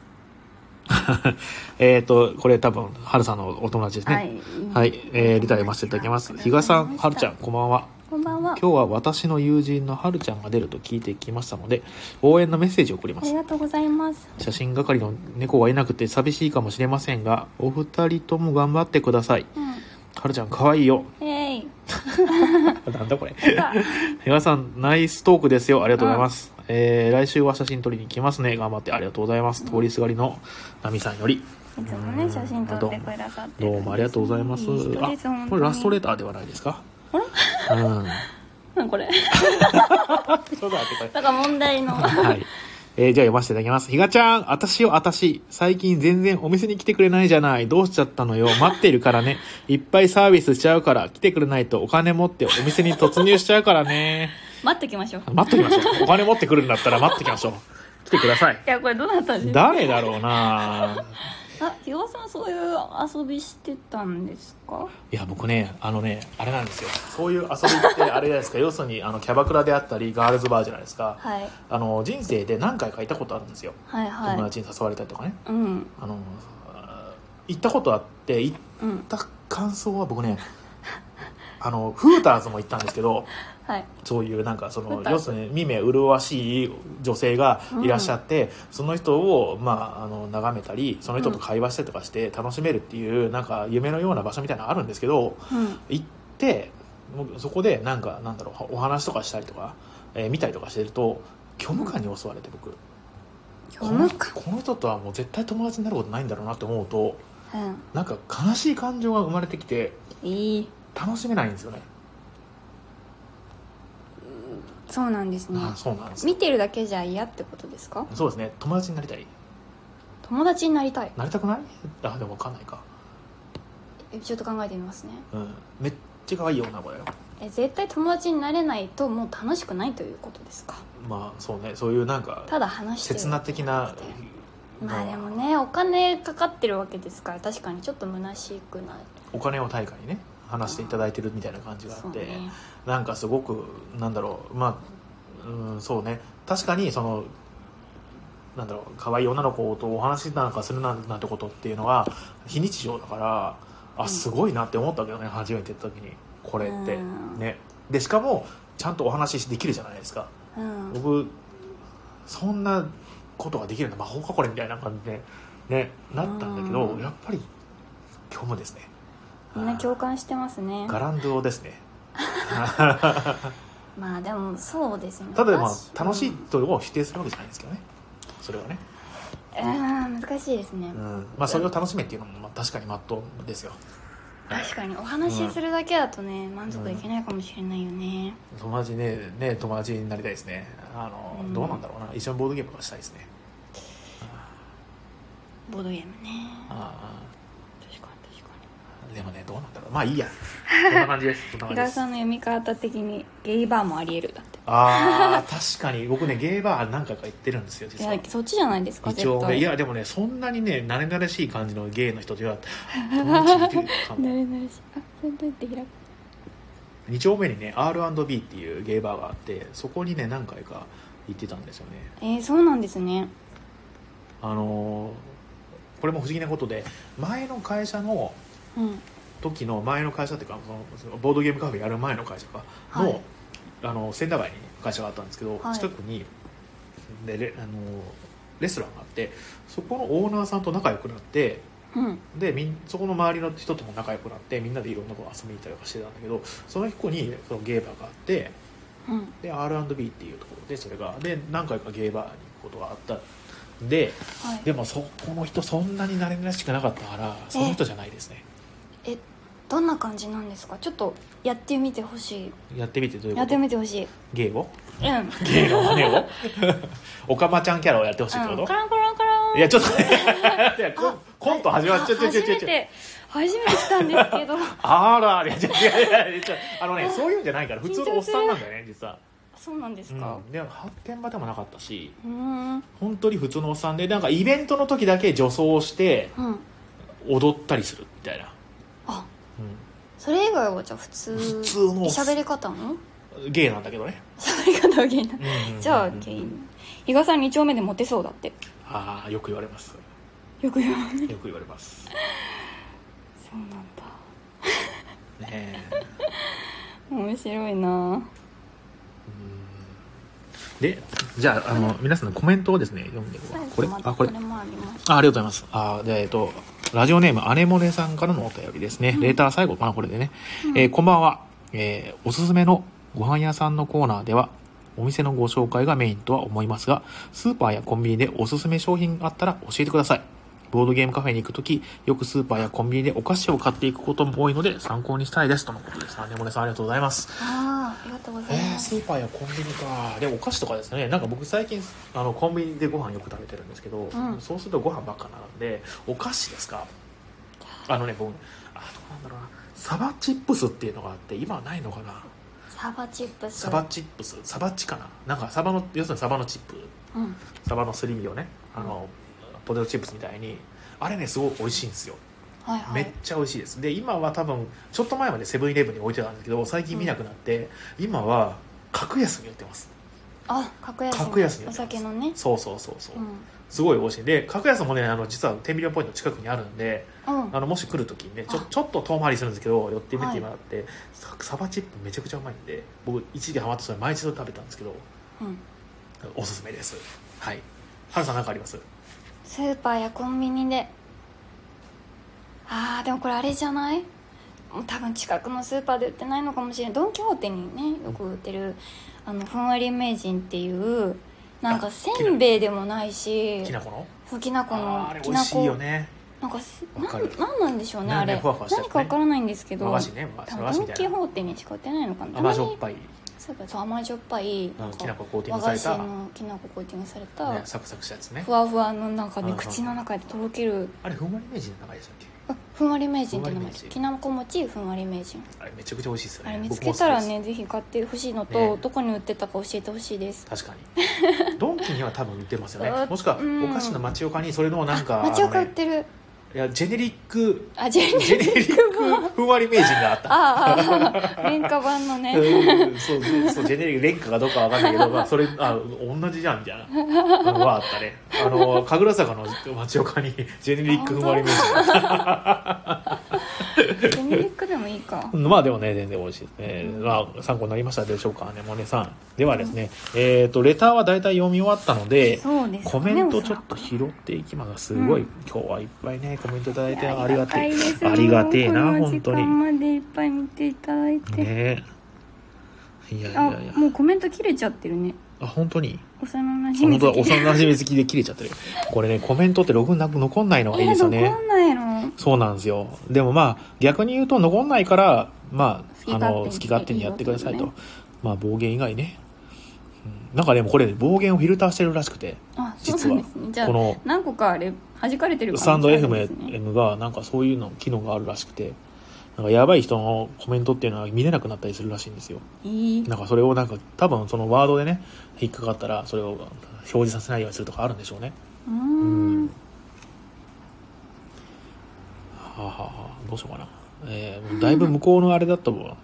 えっとこれ多分はるさんのお友達ですね。はい、はい、えー、レター読ませていただきます。比嘉さんはるちゃんこんばんは。 こんばんは。 今日は私の友人のはるちゃんが出ると聞いてきましたので応援のメッセージを送ります。 ありがとうございます。 写真係の猫がいなくて寂しいかもしれませんがお二人とも頑張ってください、うん、はるちゃんかわいいよ。 えいなんだこれ比嘉さんナイストークですよ。ありがとうございます、うんえー、来週は写真撮りに来ますね。頑張ってありがとうございます、うん、通りすがりのナミさんよりいつもね写真撮ってくださってるんです、ね、 どうもありがとうございます。あこれラストレターではないですか。 あれうん何これそうだってこれなんか問題のはいえー、じゃあ読ませていただきます。ひがちゃん、あたしよあたし。最近全然お店に来てくれないじゃない。どうしちゃったのよ。待ってるからね。いっぱいサービスしちゃうから、来てくれないとお金持ってお店に突入しちゃうからね。 待っときましょう。 待っときましょう。お金持ってくるんだったら待っときましょう。来てください。 いや、これどうなったんですか？ 誰だろうなあ、ひがさんそういう遊びしてたんですか？ いや僕ねあのねあれなんですよ。そういう遊びってあれじゃないですか要するにあのキャバクラであったりガールズバーじゃないですか、はい、あの人生で何回か行ったことあるんですよ、はいはい、友達に誘われたりとかね、うん、あの行ったことあって行った感想は僕ね、うん、あのフーターズも行ったんですけどはい、そういうなんかその要するに見目麗しい女性がいらっしゃって、うん、その人を、まあ、あの眺めたりその人と会話したりとかして楽しめるっていう、うん、なんか夢のような場所みたいなのあるんですけど、うん、行ってそこでなんかなんだろうお話とかしたりとか、えー、見たりとかしてると虚無感に襲われて僕、虚無感この人とはもう絶対友達になることないんだろうなって思うと、うん、なんか悲しい感情が生まれてきて、えー、楽しめないんですよね。 そうなんですね。 ああそうなんです。 見てるだけじゃ嫌ってことですか？ そうですね。友達になりたい。 友達になりたい。 なりたくない？あでも分かんないか。 えちょっと考えてみますね。 うん。めっちゃ可愛い女の子だよ。 え絶対友達になれないともう楽しくないということですか？ まあそうね。そういうなんかただ話してる刹那的な。 まあでもねお金かかってるわけですから確かにちょっと虚しくない。 お金を対価にね。話していただいてるみたいな感じがあって、ね、なんかすごくなんだろうまあ、うん、そうね確かにそのなんだろう可愛い女の子とお話なんかするなんてことっていうのは非日常だからあすごいなって思ったけどね、うん、初めて行った時にこれってねでしかもちゃんとお話しできるじゃないですか、うん、僕そんなことができるの魔法かこれみたいな感じでねなったんだけど、うん、やっぱり虚無ですね。 みんな共感してますね。 ガランドゥオですね。 まあでもそうですね。 ただまあ楽しいとを否定するわけじゃないんですけどね。それはね。 うん難しいですね。 うん、まあそれを楽しめっていうのもまあ確かにまっとうですよ。 確かにお話しするだけだとね、うん、満足できないかもしれないよね。 友達ねね友達になりたいですね。あの、うん、どうなんだろうな一緒にボードゲームとかしたいですね。 ボードゲームね。 あ確かに確かあでもねどうなんだろう、まあいいやそんな感じですそんなに。 感じです。 比嘉さんの読み方的にゲイバーもあり得るだって。 あー確かに僕ねゲイバー何回か行ってるんですよ実は。 いやそっちじゃないですか一応絶対。 いやでもねそんなにね慣れ慣れしい感じのゲイの人では友達いるかも慣れ慣れしい。あそれどうやって開く。 に丁目にね アールアンドビー っていうゲイバーがあってそこにね何回か行ってたんですよね。 えー、そうなんですね。 あのーこれも不思議なことで前の会社のうん時の前の会社っていうかそのそのボードゲームカフェやる前の会社かの、 はいあの千駄ヶ谷に会社があったんですけど、 はい近くにでレあのレストランがあってそこのオーナーさんと仲良くなってうんでみんそこの周りの人とも仲良くなってみんなでいろんなとこ遊びに行ったりとかしてたんだけどその子にそのゲーバーがあってうんで アールアンドビー っていうところでそれがで何回かゲーバーに行くことがあったんで、 はい。 でもそこの人そんなに慣れ慣れしくなかったからその人じゃないですね。 えどんな感じなんですか。ちょっとやってみてほしい。 やってみてどういうやってこと？ みてほしい。 ゲーをうんゲーの真似をおかまちゃんキャラをやってほしいってこうん、 と？ カランカランカラン。 いやちょっとねいやコンコント始まっちゃって初めて初めて来たんですけどあらいや違う違う違う違うあのねそういうんじゃないから普通のおっさんなんだよね実は。 そうなんですか。 うん、で発展場でもなかったしうーん本当に普通のおっさんでなんかイベントの時だけ女装してうん踊ったりするみたいな、 あうそれ以外はじゃあ普通普通の喋り方もん、ゲイなんだけどね、 喋り方はゲイな、 うんうんうん、 じゃあゲイ比嘉さんに丁目でモテそうだってああよく言われますよく言わない。 よく言われますそうなんだ。 ねえ面白いな。 でじゃあ、あの皆さんのコメントをですね読んでこれまあこれたこれもあります。 あありがとうございますあでえっとラジオネームアネモネさんからのお便りですね、うん、レーター最後かなこれでね、うんえー、こんばんは、えー、おすすめのご飯屋さんのコーナーではお店のご紹介がメインとは思いますがスーパーやコンビニでおすすめ商品があったら教えてください。ボードゲームカフェに行くときよくスーパーやコンビニでお菓子を買っていくことも多いので参考にしたいですとのことです。アネモネさんありがとうございます。 ああありがとうございます、 えー、スーパーやコンビニかでお菓子とかですねなんか僕最近あのコンビニでご飯よく食べてるんですけど、うん、そうするとご飯ばっかなんでお菓子ですかあのね僕あどうなんだろうなサバチップスっていうのがあって今はないのかなサバチップスサバチップスサバチかななんかサバの要するにサバのチップ、うん、サバのすり身をねあの、うん、ポテトチップスみたいにあれねすごく美味しいんですよ、はいはい、めっちゃ美味しいです。で今は多分ちょっと前までセブンイレブンに置いてたんですけど最近見なくなって、うん、今は格安に売ってます。 あ格安格安に売おってます酒のねそうそうそうそう、 うん、 すごい美味しいで格安もねあの実はテンビリオンポイント近くにあるんで、うん、あのもし来る時にねちょちょっと遠回りするんですけど寄ってみてもらって、はい、サバチップめちゃくちゃうまいんで僕一時期ハマってそれ毎日食べたんですけど、うん、おすすめです。はい。はるさん何かあります？ スーパーやコンビニであーでもこれあれじゃない多分近くのスーパーで売ってないのかもしれないドン・キホーテにねよく売ってるあのふんわり名人っていうなんかせんべいでもないしきなこのそうきなこのあれ美味しいよねなんかなんなんでしょうね、 ね、 あれ、 ね、ふわふわしたやつね、 何か分からないんですけど、 和菓子ね、 多分ドン・キホーテにしか売ってないのかな甘じょっぱいそうそう甘じょっぱいなんかきなこコーティングされた和菓子のきなこコーティングされた、 ね、サクサクしたやつねふわふわの中で口の中でとろけるあれふんわり名人の名前でしたっけ？ ふんわり名人って名前きなこ餅ふんわり名人あれめちゃくちゃ美味しいですよね。 あれ見つけたらねぜひ買ってほしいのと、ね、どこに売ってたか教えてほしいです。 確かにドンキには多分売ってますよねもしくはお菓子の町岡にそれのなんか町岡売ってるいやジェネリックあジェネリックふんわり名人があったああ廉価版のねそうそうジェネリック廉価かどうかわかんないけど、まあ、それあ同じじゃんみたいなのはあったねあの神楽坂の町岡にジェネリックふんわり名人ジェネリックでもいいかまあでもね全然美味しいですね、まあ、参考になりましたでしょうかねモネさんではですね、うん、えっ、ー、とレターはだいたい読み終わったので、 そうですね、 コメントちょっと拾っていきます。すごい、うん、今日はいっぱいねコメントいただいてありがてえありがてえな本当に。 この時間までいっぱい見ていただいてねいやいやいやあもうコメント切れちゃってるね。 あ本当に幼なじみ好き幼なじみ好きで切れちゃってるこれねコメントってログなく残んないのがいいですよね。 残んないのそうなんですよ。でもまあ逆に言うと残んないからまああの好き勝手にやってくださいと、まあ暴言以外ねなんかでもこれ暴言をフィルターしてるらしくて、 あ、そうなんですね。じゃあこの何個かあれ弾かれてる可能性スタンドあるんですね。 エフエム がなんかそういうの機能があるらしくて、なんかやばい人のコメントっていうのは見れなくなったりするらしいんですよ。 えー、 なんかそれをなんか多分そのワードでね引っかかったらそれを表示させないようにするとかあるんでしょうね。 うーん。 はあ、はあはあ、どうしようかな。えー、だいぶ向こうのあれだったもん。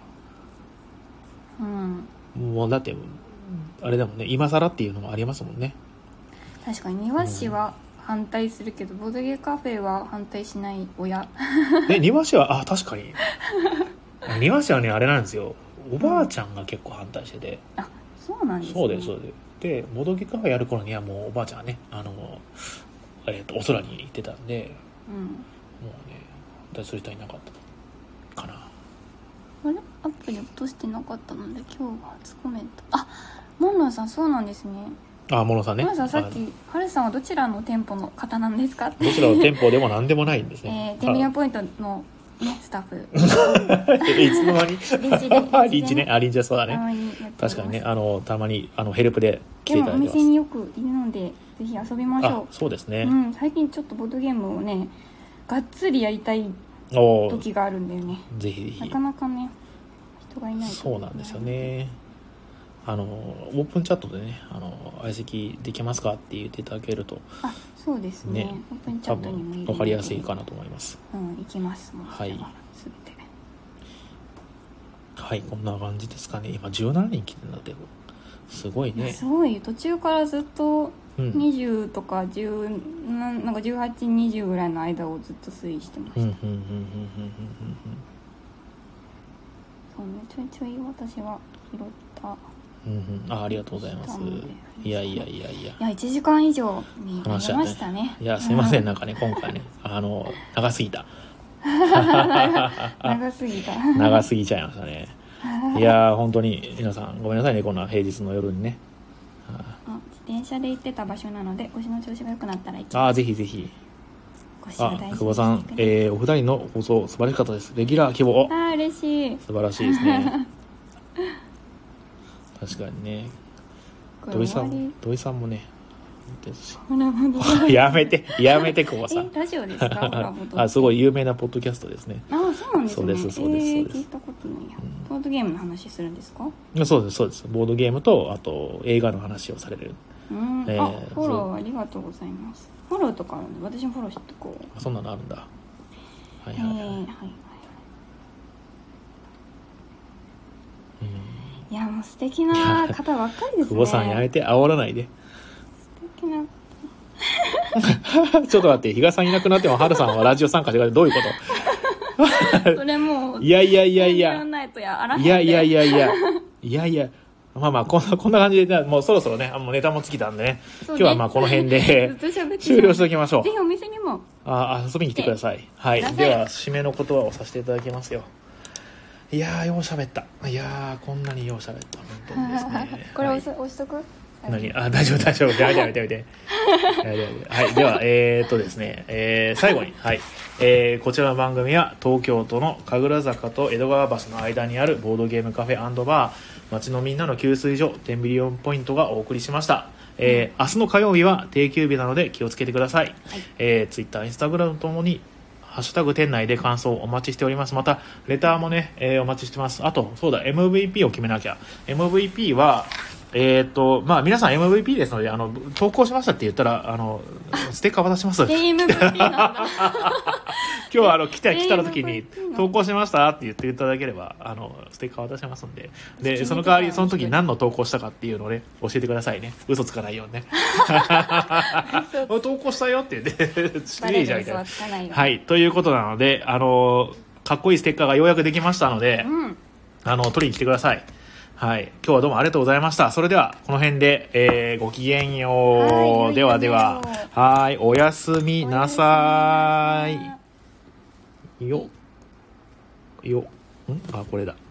うん。 もうだってあれだもんね、今更っていうのもありますもんね。 確かに庭師は反対するけど、ボドゲカフェは反対しない親。 で庭師はあ確かに庭師はねあれなんですよ、おばあちゃんが結構反対してて、 あ、そうなんですね。 そうですそうです。でボドゲカフェやる頃にはもうおばあちゃんはねあの、えー、とお空に行ってたんで、 うん。 もうね反対する人はいなかったかな。 あれアプリ落としてなかったので今日は初コメント。あ、モンローさんそうなんですね。 あ、モノさんね。 モンローさんさっきハルさんはどちらの店舗の方なんですかって。 どちらの店舗でも何でもないんですね。 えー、テンビリオンポイントのねスタッフ。 いつの間に臨時で臨時ね、あ、臨時はそうだたまね。 にやってます確かにね、あのたまにあのヘルプで来てでいただいてます。 もお店によくいるのでぜひ遊びましょあ、 う。 そうですね。 うん、最近ちょっとボードゲームをねがっつりやりたいおー時があるんだよね。 ぜひぜひ。 なかなかね人がいないとそうなんですよね。あのオープンチャットでね、あの相席できますかって言っていただけると、 あ、そうですね。 ねオープンチャ多ットにもいるので分分かりやすいかなと思います。 うん、行きますもん。 はいそれは全て。 はい、こんな感じですかね。今じゅうななにん来てるんだって、すごいいやね。 すごい途中からずっとうんにじゅうとかじゅうななんかじゅうはち、にじゅうぐらいの間をずっと推移してました。 うんうんうんうんうんうんそうね、ちょいちょい私は拾ったうんうんうん。あ、ありがとうございます。いやいやいやいや。 いやいちじかん以上になりましたね。 いやすいません、なんかね今回ねあの長すぎた長すぎた。 長すぎちゃいましたね。いや本当に皆さんごめんなさいね、こんな平日の夜にね。 あ、自転車で行ってた場所なので腰の調子が良くなったら行きああ、 ます。 ぜひぜひ。あ腰が大事に久保さん、えー、お二人の放送素晴らしかったです。レギュラー希望。 あー嬉しい。 素晴らしいですね。確かにね。土井さん土井さんもねほらほらやめてやめて久保さん。 えラジオですか？ほらほらあ、すごい有名なポッドキャストですね。 ああ、そうなんですね。 そうですそうですえーそうです聞いたことないや。ボードゲームの話するんですか？ そうですそうです。ボードゲームとあと映画の話をされる。 うん、 えーあ、フォローありがとうございます。フォローとかあるんで私もフォローしてこう。 そんなのあるんだ。はいえはいはい。 ー、はいはい。 うん、 いやもう素敵な方ばっかりですね。 久保さんやめて煽らないで。 素敵な。 ちょっと待って、比嘉さんいなくなってもハルさんはラジオ参加してくれる。どういうことそれもういやいやいやいやいやいやいやいやいやいや、まあまあこんなこんな感じで、もうそろそろね、もうネタも尽きたんでね、今日はまあこの辺で終了しておきましょう。 ぜひお店にもあ遊びに来てください。はい。では締めの言葉をさせていただきますよ。いやーよう喋った。いやーこんなによう喋った本当にですね。 これ押はいす押しとく？ 何あ大丈夫大丈夫やめてやめてやめてやめてやめてはいではえー、っとですね、えー、最後にはい、えー、こちらの番組は東京都の神楽坂と江戸川橋の間にあるボードゲームカフェ&バー町のみんなの給水所テンビリオンポイントがお送りしました。えー、明日の火曜日は定休日なので気をつけてください。はい、えー、Twitter、Instagram ともにハッシュタグ店内で感想をお待ちしております。またレターもね、えー、お待ちしてます。あとそうだ エムブイピー を決めなきゃ。 エムブイピー はえー、っとまあ皆さん エムブイピー ですのであの投稿しましたって言ったらあのステッカー渡します。 エムブイピー なんだ今日はあの来た来た時に投稿しましたって言っていただければあのステッカー渡しますんで、でその代わりその時に何の投稿したかっていうのをね教えてくださいね。嘘つかないようにね投稿したよって言って失礼じゃんみたいな。はいということなのであのかっこいいステッカーがようやくできましたので、うん、あの取りに来てください。はい、今日はどうもありがとうございました。それではこの辺で、えー、ごきげんよう。ではでは、はい、おやすみなさい。よよんあこれだ。